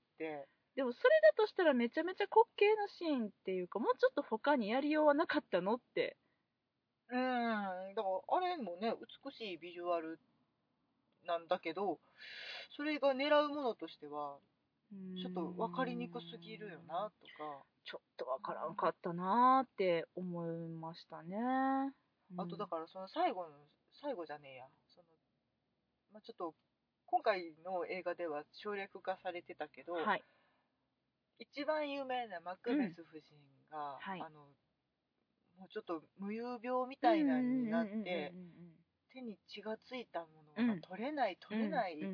でもそれだとしたらめちゃめちゃ滑稽なシーンっていうか、もうちょっと他にやりようはなかったのって。
だからあれもね、美しいビジュアルなんだけど、それが狙うものとしてはちょっと分かりにくすぎるよなとか、
ちょっと分からんかったなーって思いましたね。
あとだからその最後じゃねえや、ちょっと今回の映画では省略化されてたけど、一番有名なマクベス夫人が、もうちょっと無遊病みたいなになって、手に血がついたものが取れないって、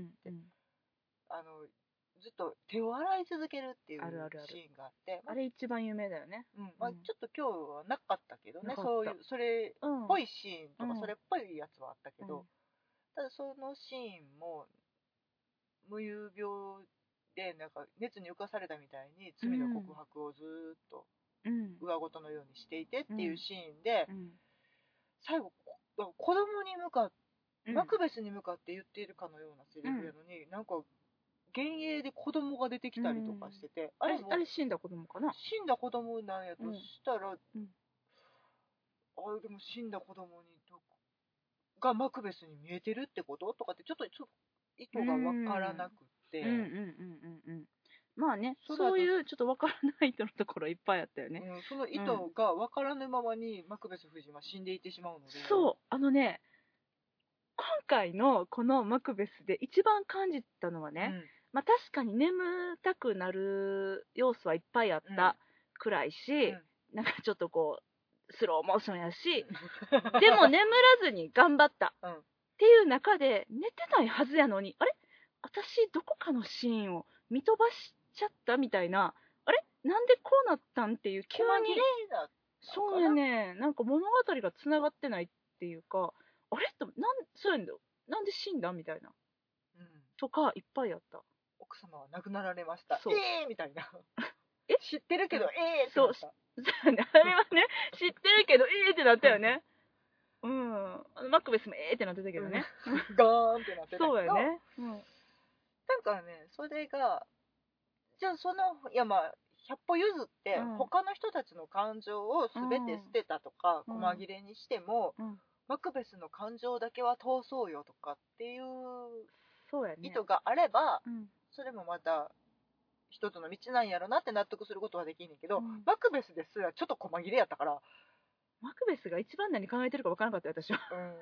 ずっと手を洗い続けるっていうシーンがあって、
あれ一番有名だよね。
ちょっと今日はなかったけどね、それっぽいシーンとか、それっぽいやつはあったけど、ただそのシーンも無遊病でなんか熱に浮かされたみたいに罪の告白をずっと上ごとのようにしていてっていうシーンで、最後子供に向かって、マクベスに向かって言っているかのようなセリフやのに、なんか幻影で子供が出てきたりとかしてて、
あれ死んだ子供かな。
死んだ子供なんやとしたら、あれでも死んだ子供がマクベスに見えてるってこととかってちょっと意図が分からなくて、
まあね、そういうちょっと分からない人のところいっぱいあったよね。
その意図が分からぬままにマクベス夫人は死んでいってしまうので。
そう、今回のこのマクベスで一番感じたのはね、確かに眠たくなる要素はいっぱいあったくらいし、なんかちょっとこうスローモーションやしでも眠らずに頑張った、っていう中で寝てないはずやのに、あれ私どこかのシーンを見飛ばし
ちゃったみたいな、あれなんでこうなったんっていう、急に、そうやね、なんか物語がつながってないっていうか、あれと、そうやんだよ。なんで死んだみたいな。とか、いっぱいあった。
奥様は亡くなられました。みたいな。知ってるけど、ってなった。
そうね、あれはね、知ってるけど、ってなったよね。うん。マクベスもってなってたけどね。
ガーンってなってたけど。
そうやね。
なんかね、それが、じゃあいやまあ、100歩譲って、他の人たちの感情を全て捨てたとか、細切れにしても、マクベスの感情だけは通そうよとかっていう意図があれば、それもまた一つの道なんやろなって納得することはできんねんけど、マクベスですらちょっと細切れやったから、
マクベスが一番何考えてるか分からなかったよ、私は。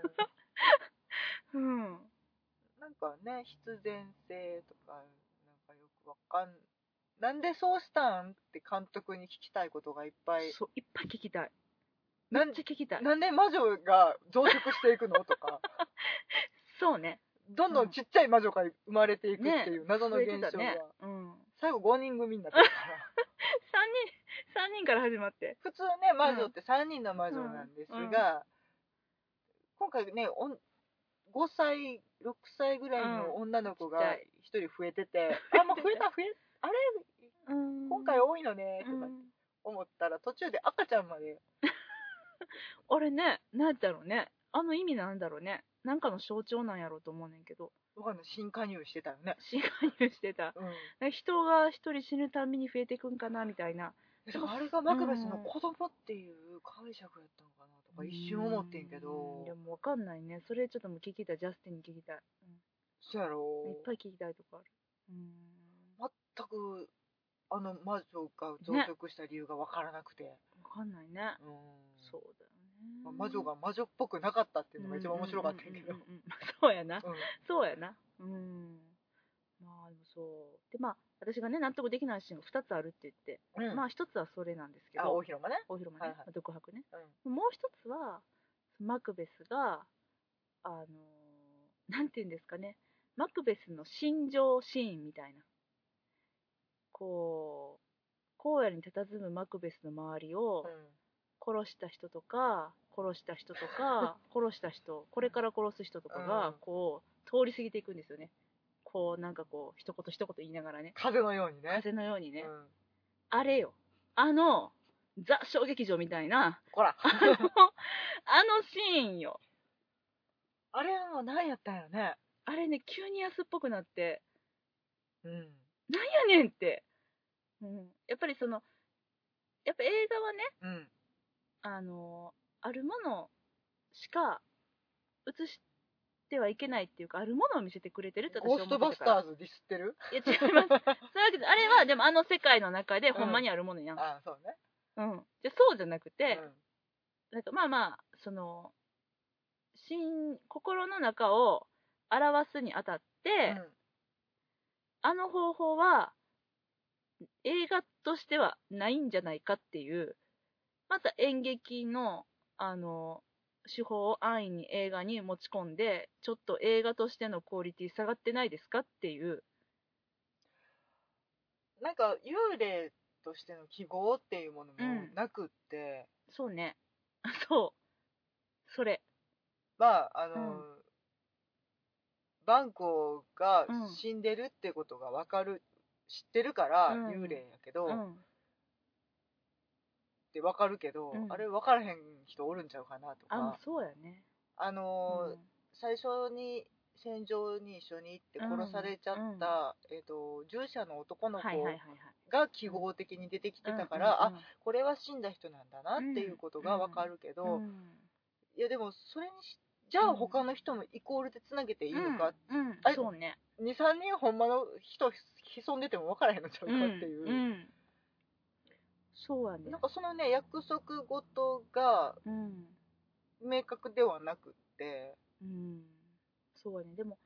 なんかね、必然性とか、なんかよくわかんなんでそうしたんって監督に聞きたいことがいっぱい。
そう、いっぱい聞きたい。めっちゃ聞きたい。
なんで魔女が増殖していくのとか。
そうね。
どんどんちっちゃい魔女が生まれていくっていう謎の現象が。最後5人組になってるから。
3人から始まって。
普通ね、魔女って3人の魔女なんですが、今回ね、5歳、6歳ぐらいの女の子が1人増えてて、もう増えた、あれ今回多いのねとか思ったら途中で赤ちゃんまで。
あれね、なんだろうね。意味なんだろうね。なんかの象徴なんやろうと思うねんけど。
新加入してたよね。
新加入してた。人が一人死ぬたびに増えていくんかなみたいな。
あれがマクベスの子供っていう解釈やったのかなとか一瞬思ってんけど。
でも分かんないね。それちょっともう聞きたい。ジャスティンに聞きたい。
そうやろ。
いっぱい聞きたいとこある。
全く魔女が増殖した理由が分からなくて。
分かんないね。そうだよね。
魔女が魔女っぽくなかったっていうのが一番面白かったんやけど。
そうやな。そうやな。まあでもそう。でまあ私がね納得できないシーンが2つあるって言って、まあ1つはそれなんですけど。
大広間ね。
大広間ね。独白ね。もう1つはマクベスがなんていうんですかね。マクベスの心情シーンみたいな。こう荒野に佇むマクベスの周りを、殺した人とか殺した人とか殺した人、これから殺す人とかがこう通り過ぎていくんですよね。こうなんかこう一言一言言いながらね、
風のようにね。
風のようにね、あれよ、ザ小劇場みたいな、
ほら
シーンよ。
あれは何やったんやろね。
あれね、急に安っぽくなって、
なんや
ねんって、やっぱりやっぱ映画はね、あるものしか映してはいけないっていうか、あるものを見せてくれてるって私は思ってたから。
ゴーストバスターズディスってる？
いや違います。そういうわけで、あれはでも世界の中でほんまにあるものやん。
そうね。
じゃそうじゃなくて、なんかまあまあ心の中を表すにあたって、方法は映画としてはないんじゃないかっていう、また演劇の手法を安易に映画に持ち込んで、ちょっと映画としてのクオリティ下がってないですかっていう。
なんか幽霊としての記号っていうものもなくって、
そうね。そうそれ
まあバンコが死んでるってことが分かる、知ってるから幽霊やけど、って分かるけど、あれ分からへん人おるんちゃうかなとか。
そうやね。
最初に戦場に一緒に行って殺されちゃった、従者の男の子が記号的に出てきてたから、これは死んだ人なんだなっていうことが分かるけど、いやでもそれにじゃあ他の人もイコールでつなげていいのか、
そうね、
2、3人ほんまの人潜んでても分からへんのちゃうかっていう、
そうやね。
なんかそのね約束事が明確ではなくって、
そうやね。でも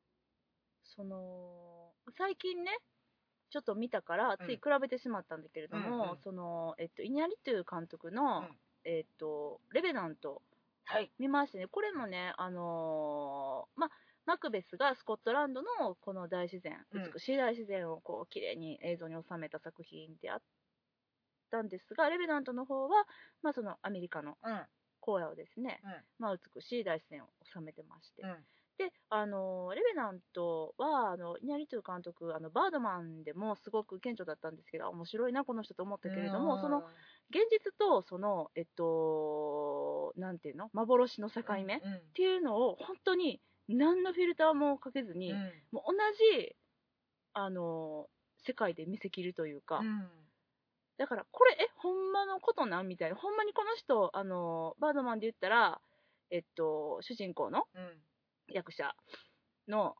最近ねちょっと見たからつい比べてしまったんだけれども、イニャリという監督の、レベナント見ましてね、これもね、まあマクベスがスコットランドのこの大自然、
うん
美しい大自然をこう綺麗に映像に収めた作品であったんですが、レベナントの方は、まあ、そのアメリカの
うん
荒野をですね、
うん
まあ、美しい大自然を収めてまして、
うん
で、レベナントは、イニャリトゥ監督、バードマンでもすごく顕著だったんですけど、面白いな、この人と思ったけれども、その、現実と、その、なんていうの、幻の境目っ
うん
ていうのを、本当に、何のフィルターもかけずに、
うん
もう同じ、世界で見せきるというか、
うん
だから、これ、ほんまのことなんみたいな、ほんまにこの人、バードマンで言ったら、主人公の、
うん
役者の、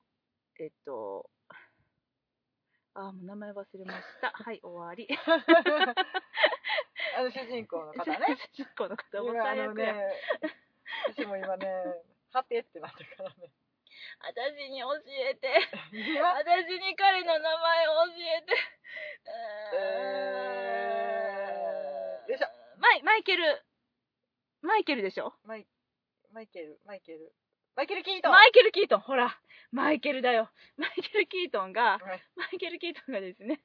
もう名前忘れました。はい、終わり。
主人公の方ね。
主人公の方も
今
最悪や。
私も今ね、はてってなったからね。
私に教えて。
いや
私に彼の名前を教えて。
よいしょ。
マイケルでしょ。
マイケルキートン。
マイケル・キートン、ほら、マイケルだよ。マイケル・キートンがですね、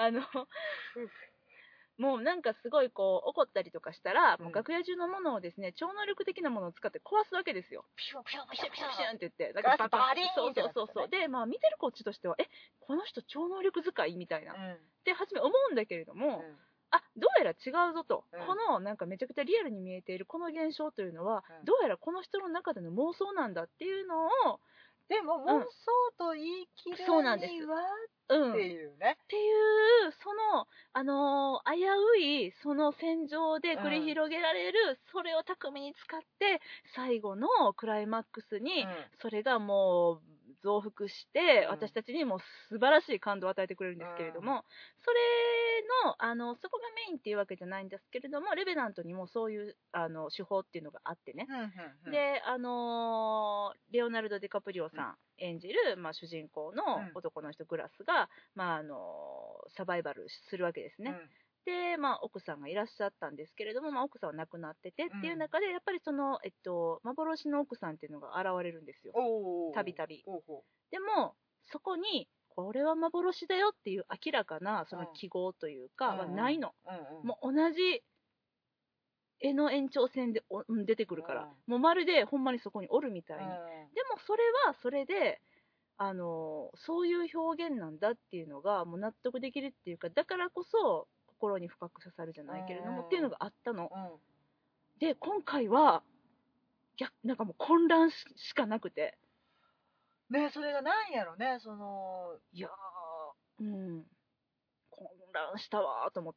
もうなんかすごいこう怒ったりとかしたら、もう楽屋中のものをですね、超能力的なものを使って壊すわけですよ。ピシュンピシュンピシュンピシュンピシュンって言って、なんかバリーンってなってね。そうで、まあ見てるこっちとしては、この人超能力使いみたいな、って初め思うんだけれども、どうやら違うぞと、このなんかめちゃくちゃリアルに見えているこの現象というのは、どうやらこの人の中での妄想なんだっていうのを、
でも妄想と言い切るには、
そうなんです。
っていうね。
っていう、その、危うい、その戦場で繰り広げられる、それを巧みに使って、最後のクライマックスに、それがもう増幅して、私たちにも素晴らしい感動を与えてくれるんですけれども、それの、そこがメインっていうわけじゃないんですけれども、レベナントにもそういう手法っていうのがあってね。で、レオナルド・ディカプリオさん演じる、主人公の男の人グラスが、サバイバルするわけですね。で、奥さんがいらっしゃったんですけれども、奥さんは亡くなっててっていう中で、やっぱりその、幻の奥さんっていうのが現れるんですよ。たびたび。でも、そこに、これは幻だよっていう明らかなその記号というかはないの。もう同じ絵の延長線で出てくるから、もうまるでほんまにそこにおるみたいに。でもそれはそれで、そういう表現なんだっていうのがもう納得できるっていうか、だからこそ心に深く刺さるじゃないけれども、っていうのがあったの。で、今回はなんかもう混乱 しかなくて
ね、それがなんやろね、
いやー、混乱したわーと思って、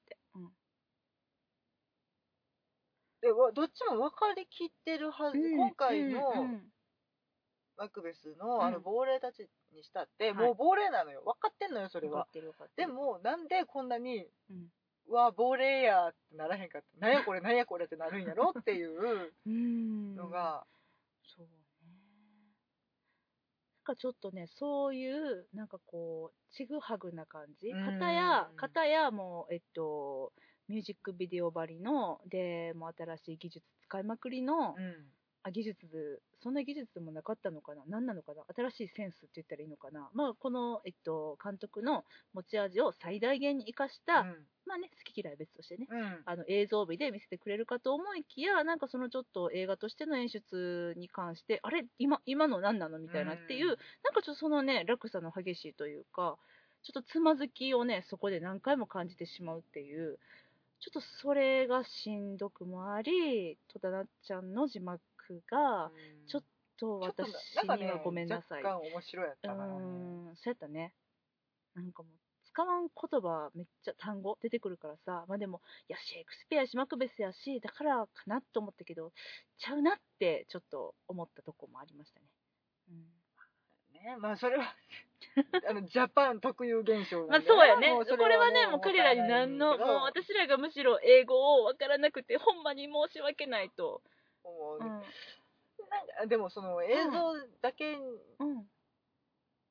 でどっちも分かりきってるはず、今回のマクベスの亡霊たちにしたって、もう亡霊なのよ、分かってんのよ、それは。でもなんでこんなに、亡霊やってならへんかって、なんやこれなんやこれってなるんやろっていうのが
そうね。なんかちょっとね、そういうなんかこうちぐはぐな感じ、片やもうミュージックビデオばりのでもう新しい技術使いまくりの、そんな技術でもなかったのかな、何なのかな、新しいセンスって言ったらいいのかな、この、監督の持ち味を最大限に生かした、好き嫌いは別としてね、映像美で見せてくれるかと思いきや、なんかそのちょっと映画としての演出に関して、あれ今の何なのみたいなっていう、なんかちょっとそのね、落差の激しいというか、ちょっとつまずきをね、そこで何回も感じてしまうっていう、ちょっとそれがしんどくもあり、戸田なっちゃんの字幕が、ちょっと私にはごめんなさい。
若干面白いやったからね。
そうやったね。なんかもう、使わん言葉めっちゃ単語出てくるからさ、でも、いや、シェイクスピアやし、マクベスやし、だからかなと思ったけど、ちゃうなってちょっと思ったとこもありましたね。
それはジャパン特有現象なんで、
そうやね。これはね、もう彼らに何の、もう私らがむしろ英語を分からなくて、ほんまに申し訳ないと思う。
なんかでもその映像だけ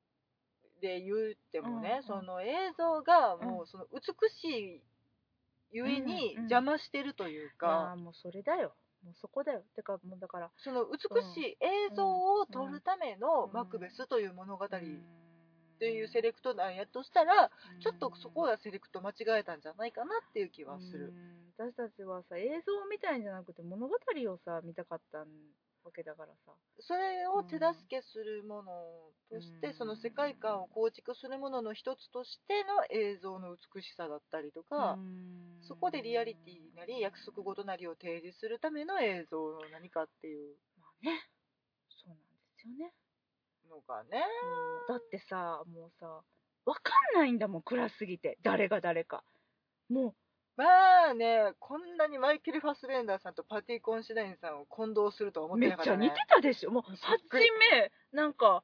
で言ってもね、その映像がもうその美しいゆえに
うんうん
邪魔してるという
ま
か、
あもうそれだよ。もうそこだよ。てかもうだから
その美しい映像を撮るためのマクベスという物語っていうセレクトなんやとしたら、ちょっとそこはセレクト間違えたんじゃないかなっていう気はする。
私たちはさ映像を見たいんじゃなくて物語をさ見たかったわけだからさ。
それを手助けするものとして、その世界観を構築するものの一つとしての映像の美しさだったりとか、そこでリアリティなり約束事なりを提示するための映像の何かっていう
まあね、そうなんですよね。
のがね。
だってさ、もうさ、わかんないんだもん、暗すぎて。誰が誰か。も
まあね、こんなにマイケル・ファスベンダーさんとパティ・コンシダインさんを混同するとは思
う、
ってなかったね。
めっちゃ似てたでしょ。もう、
そっ
初
くり
め、なんか、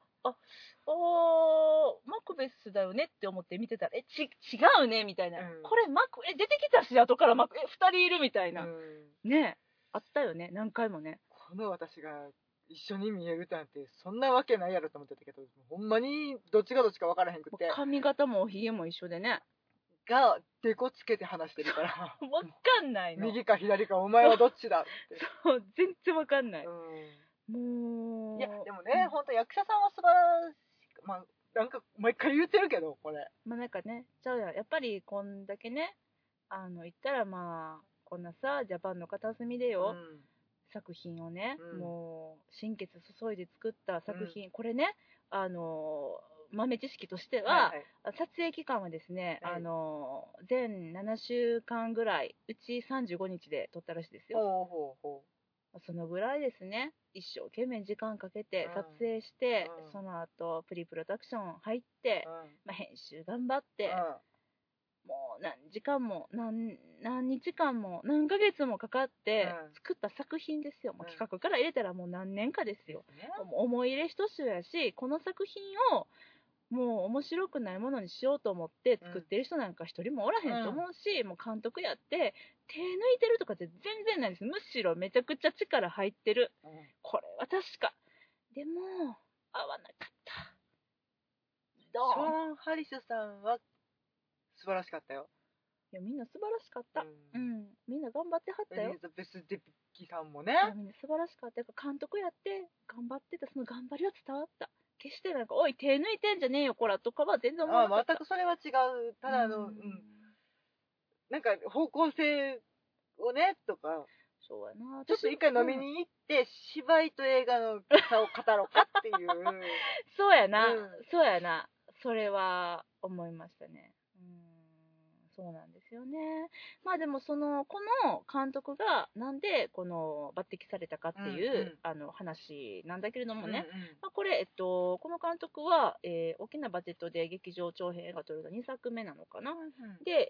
マクベスだよねって思って見てたら、違うねみたいな。これ出てきたし、後から二人いるみたいな。ねあったよね、何回もね。
この私が一緒に見えるなんてそんなわけないやろと思ってたけど、ほんまにどっちがどっちか分からへんくて、
髪型もおひげも一緒でね。
がデコつけて話してるから
わかんないの。
右か左かお前はどっちだって。
そう、全然わかんない。もう。
いや、でもね、本当役者さんは素晴らしい。まあ、なんか毎回言ってるけど、これ。
まあなんかね、じゃあやっぱりこんだけね、言ったらまあ、こんなさ、ジャパンの片隅でよ、作品をね、もう、心血注いで作った作品、これね、豆知識としては、撮影期間はですね、全7週間ぐらい、うち35日で撮ったらしいですよ。そのぐらいですね、一生懸命時間かけて撮影して、その後プリプロダクション入って、編集頑張って、もう何時間も何日間も何ヶ月もかかって作った作品ですよ。もう企画から入れたらもう何年かですよ。思い入れひとしおやし、この作品をもう面白くないものにしようと思って作ってる人なんか一人もおらへんと思うし、もう監督やって手抜いてるとかって全然ないです。むしろめちゃくちゃ力入ってる。これは確か。でも合わなかった。
ショーン・ハリスさんは素晴らしかったよ。
いやみんな素晴らしかった。みんな頑張ってはったよ。
エリザベス・デビッキさんもね。
みんな素晴らしかった。監督やって頑張ってた、その頑張りは伝わった。決してなんか、おい、手抜いてんじゃねえよ、こらとかは全然思わなかった。
全くそれは違う。ただなんか方向性をね、とか。
そうやな。
ちょっと一回飲みに行って、芝居と映画の差を語ろうかっていう。
そうやな、そうやな。それは思いましたね。そうなんですよね。まあでもこの監督がなんでこの抜擢されたかっていう、話なんだけれどもね、まあ、これ、この監督は、大きなバジェットで劇場長編映画撮るの2作目なのかな。で、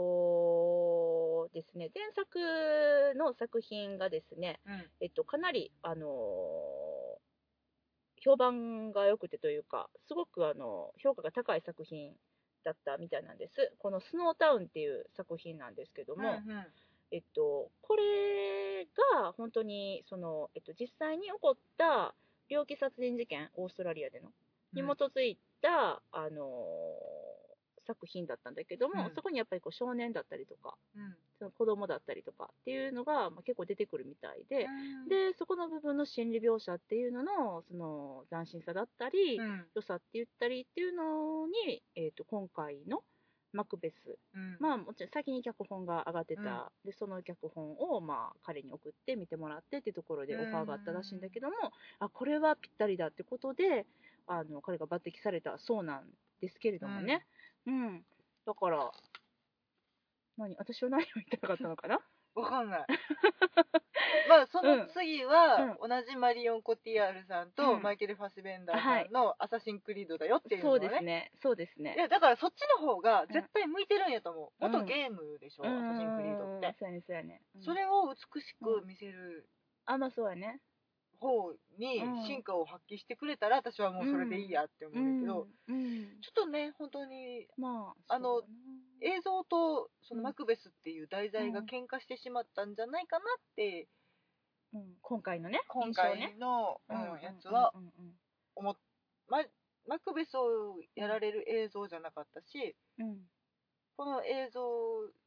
ですね、前作の作品がですね、かなり、評判が良くてというか、すごく評価が高い作品だったみたいなんです。このスノータウンっていう作品なんですけども、これが本当に実際に起こった猟奇殺人事件、オーストラリアでのに基づいた、作品だったんだけども、そこにやっぱり少年だったりとか、その子供だったりとかっていうのが、結構出てくるみたいで、でそこの部分の心理描写っていうののその斬新さだったり、良さって言ったりっていうのに、今回のマクベス、まあもちろん先に脚本が上がってた、でその脚本を彼に送って見てもらってっていうところでオファーがあったらしいんだけども、これはぴったりだってことで彼が抜擢されたそうなんですけれどもね、だから私は何を言いたかったのかな。
わかんない。まあその次は、同じマリオン・コティアールさんとマイケル・ファスベンダーさんのアサシン・クリードだよっていうのはね。
そうですね。
いやだからそっちの方が絶対向いてるんやと思う。元ゲームでしょ、アサシン・クリードって。
そうやね。
それを美しく見せる。
まあそうやね。
方に進化を発揮してくれたら、私はもうそれでいいやって思うんだけど、ちょっとね本当に映像とそのマクベスっていう題材が喧嘩してしまったんじゃないかなって、
今回の
やつはマクベスをやられる映像じゃなかったし、この映像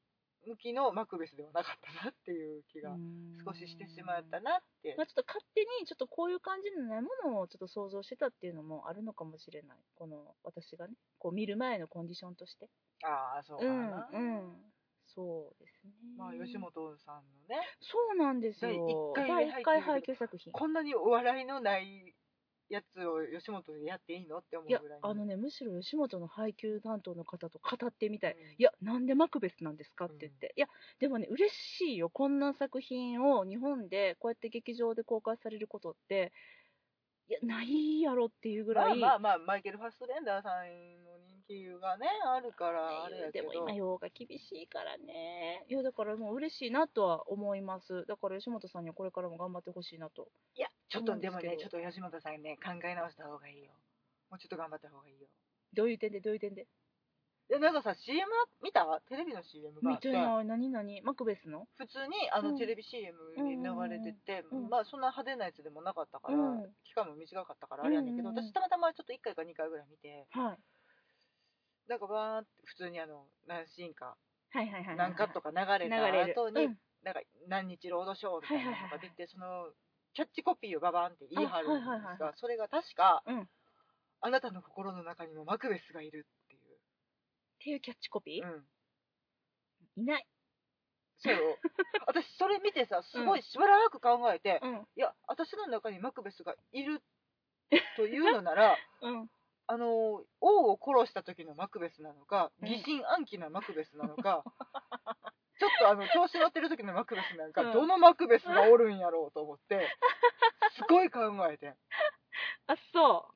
向きのマクベスではなかったなっていう気が少ししてしまったなって。
まあ、ちょっと勝手にちょっとこういう感じのないものをちょっと想像してたっていうのもあるのかもしれない。この私がね、こう見る前のコンディションとして。
ああ、そうかな。
そうですね。
まあ吉本さんのね。
そうなんですよ。第1回配給作品。
こんなにお笑いのないやつを吉本でやっていいのって思うぐらいに。
いや、むしろ吉本の配給担当の方と語ってみたい。いや、なんでマクベスなんですかって言って。いや、でもね、嬉しいよ。こんな作品を日本でこうやって劇場で公開されることって、いや、ないやろっていうぐらい。
まあ、マイケル・ファストレンダーさんの人気がね、あるからあれやけど。
でも今、用が厳しいからね。いや、だからもう嬉しいなとは思います。だから吉本さんにはこれからも頑張ってほしいなと。
いや、ちょっとでもね、ちょっと吉本さんね、考え直した方がいいよ。もうちょっと頑張った方がいいよ。
どういう点で
なんかさ、CM 見たテレビの CM があって。
見てない。何マクベスの
普通にテレビ CM に流れてて、まあそんな派手なやつでもなかったから、期間も短かったからあれやねんけど、私たまたまちょっと1回か2回ぐらい見て、なんかバーって普通に何シーンか、何カットか流れた後に、なんか何日ロードショーみたいなのが出て、そのキャッチコピーをババーンって言い張るんですが、それが確か、あなたの心の中にもマクベスがいる
っていうキャッチコピー？
い
ない。
そうよ。私それ見てさ、すごいしばらく考えて、いや、私の中にマクベスがいるというのなら、王を殺した時のマクベスなのか、疑心暗鬼なマクベスなのか、ちょっと調子乗ってる時のマクベスなんか、どのマクベスがおるんやろうと思って、すごい考えて。
あ、そう。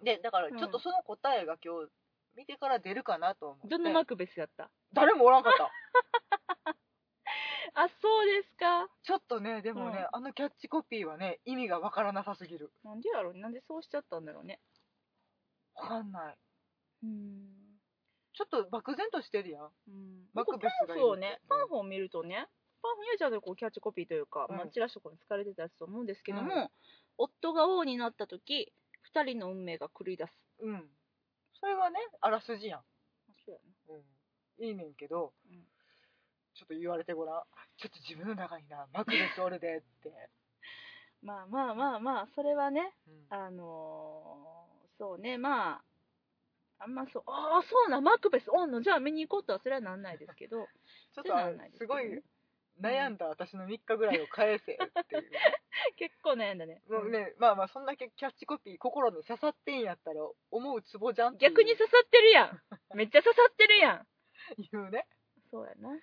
で、だからちょっとその答えが今日見てから出るかなと思って。
どのマクベスやった？
誰もおらんかった。
あ、そうですか。
ちょっとね、でもね、キャッチコピーはね、意味がわからなさすぎる。
なんでやろう？なんでそうしちゃったんだろうね。
わかんない。ちょっと漠然としてるやん。
マクベスがいる。そうね、パンフを見るとね、パンフにはちゃんとこうキャッチコピーというか、チラシとかに使われてたやつと思うんですけども、夫が王になった時、2人の運命が狂い出す。
それはね、あらすじやん。
そうや
な。いいねんけど、ちょっと言われてごらん。ちょっと自分の中にな、マクベスおるでって。
まあ、それはね、そうね、まあんまそう、そうな、マクベスおんの、じゃあ見に行こうとはそれはなんないですけど、
ちょっとすごい悩んだ私の3日ぐらいを返せっていう。
結構悩んだね。
もうね、まあそんだけキャッチコピー心に刺さってんやったら思うツボじゃんっていう。
逆に刺さってるやん。めっちゃ刺さってるやん。
言うね。
そうやな。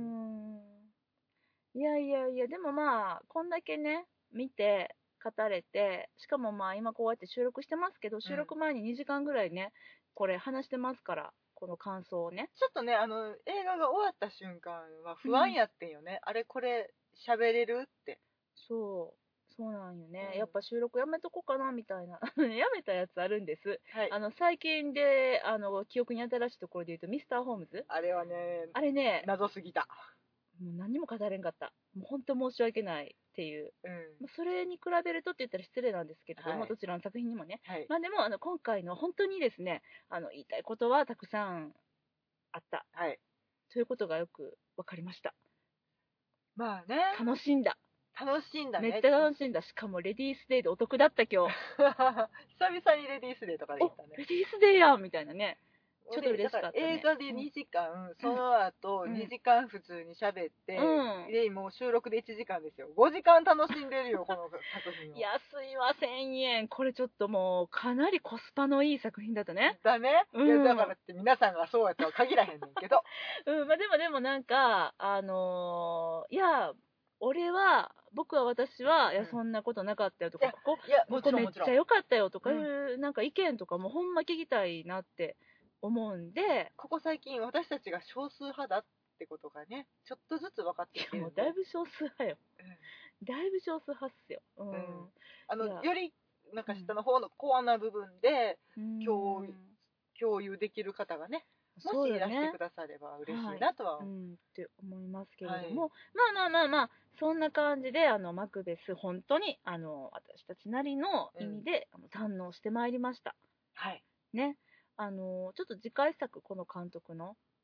いや、でもまあ、こんだけね、見て、語れて、しかもまあ今こうやって収録してますけど、収録前に2時間ぐらいね、これ話してますから、この感想をね。
ちょっとね、映画が終わった瞬間は不安やってんよね。あれこれ喋れるって。
そうなんよね。やっぱ収録やめとこうかなみたいな。やめたやつあるんです。最近で、記憶に新しいところで言うと、ミスターホームズ。
あれはね、謎すぎた。
もう何も語れんかった。もう本当申し訳ないっていう。それに比べるとって言ったら失礼なんですけれども、どちらの作品にもね。まあでも、今回の本当にですね、言いたいことはたくさんあった。ということがよく分かりました。
まあね。
楽しんだね。めっちゃ楽しんだ。しかもレディースデーでお得だった今日。
久々にレディースデーとかで行ったね。
レディースデーやんみたいなね。ちょっと嬉しかったね。
映画で2時間、その後2時間普通に喋って、で、もう収録で1時間ですよ。5時間楽しんでるよ、この作品を。
安いわ、1000円。これちょっともう、かなりコスパのいい作品だったね。
だね。いや、だからって皆さんがそうやとは限らへんねんけど。
まあでもなんか、いや、僕は私は、いや、そんなことなかったよとか、ここめっちゃ良かったよとかいう、なんか意見とかもほんま聞きたいなって思うんで、
ここ最近私たちが少数派だってことがね、ちょっとずつ分かってきてる。
もうだいぶ少数派よ。だいぶ少数派っすよ。
より、なんか下の方のコアな部分で、共有できる方がね、もしいらしてくだされば嬉しいなとは
って思いますけれども、まあそんな感じでマクベス本当に私たちなりの意味で堪能してまいりました。ね、ちょっと次回作この監督の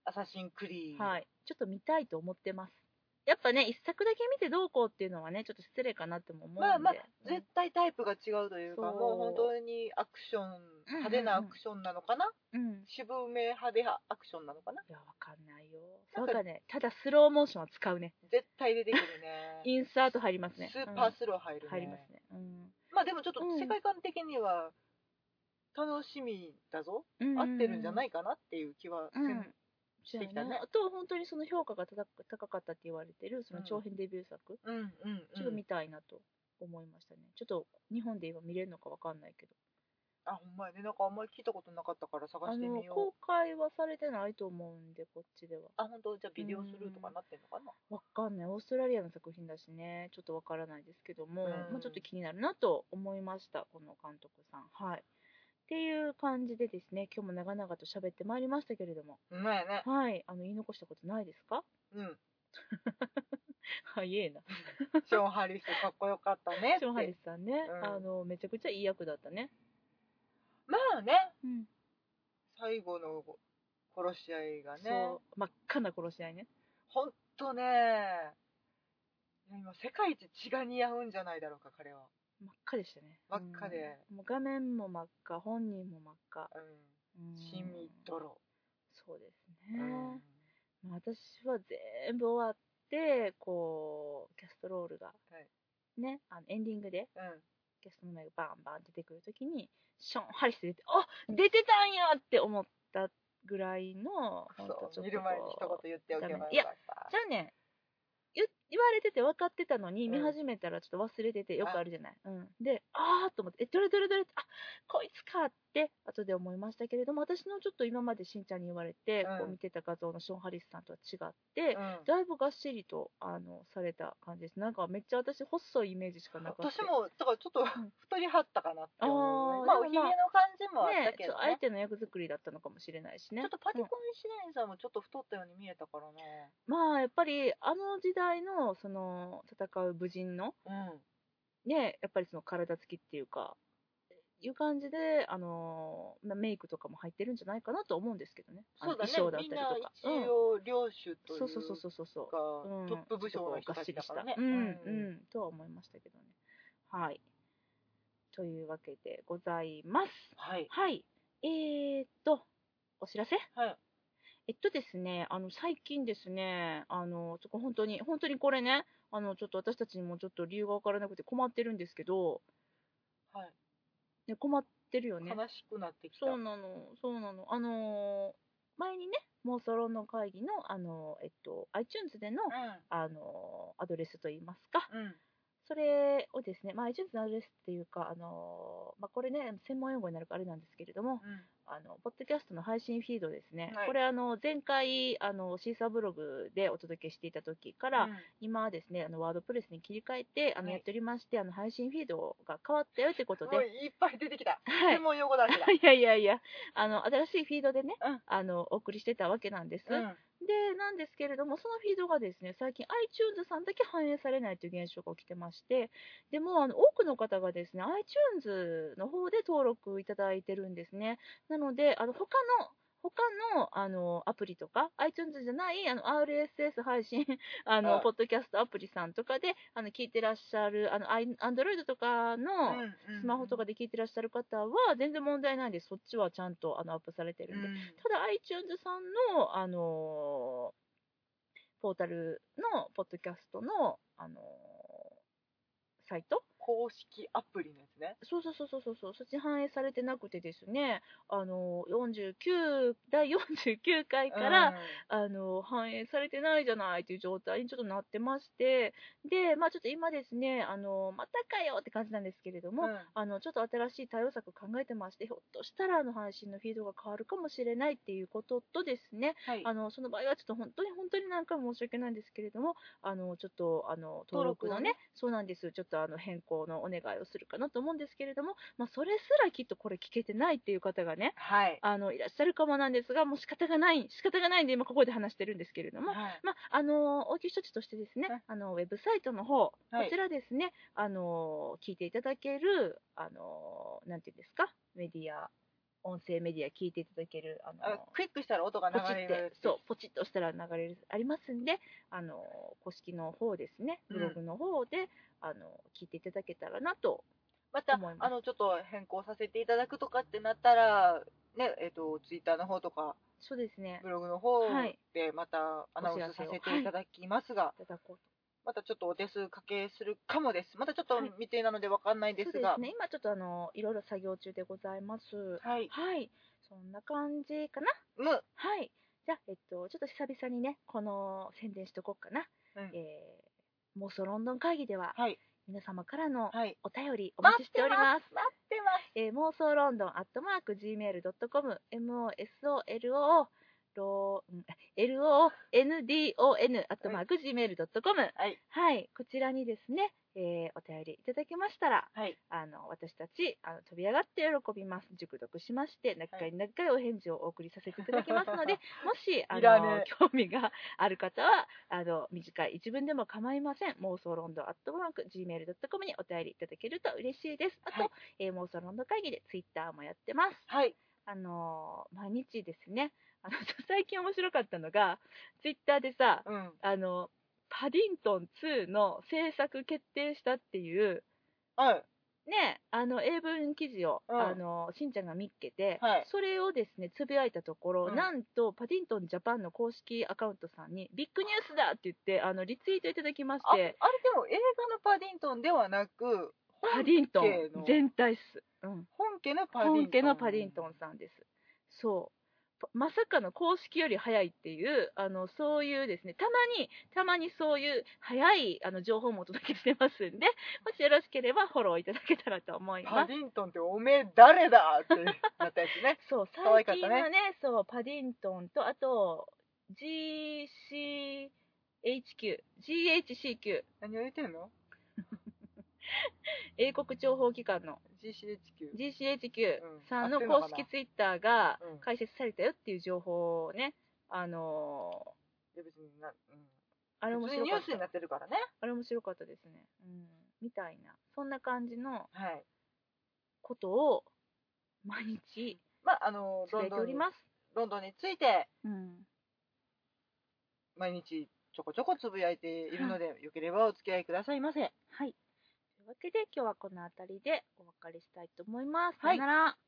アサシンクリード。
はい。ちょっと見たいと思ってます。やっぱね、一作だけ見てどうこうっていうのはね、ちょっと失礼かなっても思うんで。
まあまあ、絶対タイプが違うというか、
そう
もう本当にアクション、派手なアクションなのかな、渋め派手アクションなのかな。
いや、わかんないよ。そうかね、ただスローモーションは使うね。
絶対出てくるね。
インサート入りますね。
スーパースロー入るね。
入りますね。
まあでもちょっと世界観的には楽しみだぞ。合ってるんじゃないかなっていう気はしてきたね。
あと、本当にその評価が高かったって言われてる、その長編デビュー作、ちょっと見たいなと思いましたね。ちょっと日本で今見れるのかわかんないけど。
あ、ほんまやね。なんかあんまり聞いたことなかったから探してみよう。
公開はされてないと思うんで、こっちでは。
あ、本当？じゃあビデオスルーとかなってんのかな？
わかんない。オーストラリアの作品だしね、ちょっとわからないですけども、まあ、ちょっと気になるなと思いました、この監督さん。はい。っていう感じでですね、今日も長々と喋ってまいりましたけれども。
うまいね。
はい。言い残したことないですか？
うん。
早えな。
ショーン・ハリスかっこよかったねって。
ショーン・ハリスさんね、めちゃくちゃいい役だったね。
まあね。最後の殺し合いがね。
そう、真っ赤な殺し合いね。
ほんとね。今、世界一血が似合うんじゃないだろうか、彼は。
真っ赤でしたね。
真っ赤で。
もう画面も真っ赤、本人も真っ赤。
血みどろ。
そうですね。私は全部終わって、こう、キャストロールが、ね、エンディングで、キャストの名がバンバン出てくるときに、ショーン・ハリス出て、あ、出てたんやって思ったぐらいの、
そう、見る前に一言言っておけばよかった。
いや、じゃあね、言われてて分かってたのに、見始めたらちょっと忘れてて、よくあるじゃない。で、あーと思って、どれ、あ、こいつかって後で思いましたけれども、私のちょっと今までしんちゃんに言われて、こう見てた画像のショーン・ハリスさんとは違って、だいぶがっしりとされた感じです。なんかめっちゃ私細いイメージしかなかった。
私もだからちょっと太りはったかなって思う、まあおひげの感じもあったけどね、
相手の役作りだったのかもしれないしね。
ちょっとパティコンシレンさんもちょっと太ったように見えたからね。
まあやっぱり時代のその戦う武人の、ね、やっぱりその体つきっていうかいう感じでメイクとかも入ってるんじゃないかなと思うんですけどね。
そうだね、
衣装だったりとか。
みんな一応領主というか、
そう
トップ武将の人たちだからね。
とは思いましたけどね。はい。というわけでございます。
はい。
はい。お知らせ？
はい。
ですね、最近ですね、本当にこれね、ちょっと私たちにもちょっと理由がわからなくて困ってるんですけど、
はい。
ね、困ってるよね。
悲しくなってきた。
そうなの。前にね、妄想論の会議の、iTunes での、アドレスといいますか、それをですね、iTunes のアドレスっていうか、これね、専門用語になるからあれなんですけれども、ポッドキャストの配信フィードですね、これ前回シーサーブログでお届けしていた時から、今ですね、ワードプレスに切り替えてやっておりまして、配信フィードが変わったよということで、
もういっぱい出てきた、専門用語だけだ。
いや、新しいフィードでね、お送りしてたわけなんです。で、なんですけれども、そのフィードがですね、最近 iTunes さんだけ反映されないという現象が起きてまして、でも、多くの方がですね、iTunes の方で登録いただいてるんですね。なので、他のアプリとか、iTunes じゃない、RSS 配信、ポッドキャストアプリさんとかで、聞いてらっしゃる、Android とかのスマホとかで聞いてらっしゃる方は、全然問題ないんです。そっちはちゃんとアップされてるんで。ただ、iTunes さんの、ポータルの、ポッドキャストの、サイト
公式アプリのやつね。
そう、そっち反映されてなくてですね、第49回から、反映されてないじゃないという状態にちょっとなってまして、で、ちょっと今ですね、またかよって感じなんですけれども、ちょっと新しい対応策考えてまして、ひょっとしたら配信のフィードが変わるかもしれないっていうこととですね、その場合はちょっと本当に何回も申し訳ないんですけれども、ちょっと登録のね、そうなんです、ちょっと変更のお願いをするかなと思うんですけれども、それすらきっとこれ聞けてないっていう方がね、いらっしゃるかもなんですが、もう仕方がないんで今ここで話してるんですけれども、応急処置としてですね、ウェブサイトの方、こちらですね、聞いていただけるなんていうんですか、メディア音声メディア聞いていただける
クリックしたら音が流
ポチって
れる
ポチッとしたら流れるありますんで、公式の方ですね、ブログの方で、聞いていただけたらなと
また
思います。
ちょっと変更させていただくとかってなったらね、ツイッターの方とか
そうですね、
ブログの方でまたアナウンスさせていただきますが、
いただこうと。
またちょっとお手数かけするかもです。またちょっと未定なので分かんないですが、
そうですね、今ちょっといろいろ作業中でございます。
はい、
そんな感じかな。はい。じゃあ、ちょっと久々にね、この宣伝しとこうかな。妄想ロンドン会議では、皆様からのお便りお待ちしております。
待ってます。
妄想ロンドン@gmail.com MOSOLO LONDON@gmail.com こちらにですね、お便りいただけましたら、私たち飛び上がって喜びます。熟読しまして長いお返事をお送りさせていただきますので、もし興味がある方は短い一文でも構いません。妄想ロンドン@gmail.com にお便りいただけると嬉しいです。あと、妄想ロンドン会議でツイッターもやってます。毎日ですね、最近面白かったのがツイッターでさ、パディントン2の制作決定したっていう、ね、英文記事を、しんちゃんが見っけて、それをですねつぶやいたところ、なんとパディントンジャパンの公式アカウントさんにビッグニュースだって言ってリツイートいただきまして、
あれでも映画のパディントンではなく
パディントン全体っす、
本家の
パディントンさんです。そうまさかの公式より早いっていうそういうですね、たまにそういう早い情報もお届けしてますんで、もしよろしければフォローいただけたらと思います。
パディントンっておめえ誰だってなったやつね。
そう最近はね、そうパディントンとあと GHCQ
何を言ってんの
英国諜報機関の GCHQ さんの公式ツイッターが開設されたよっていう情報をね、
別に
あれ面白かった。
ニュースになってるからね。
あれ面白かったですね。みたいな、そんな感じのことを毎日伝えております。
ロンドンについて毎日ちょこちょこつぶやいているので、よければお付き合いくださいませ。
というわけで今日はこの辺りでお別れしたいと思います。さよなら。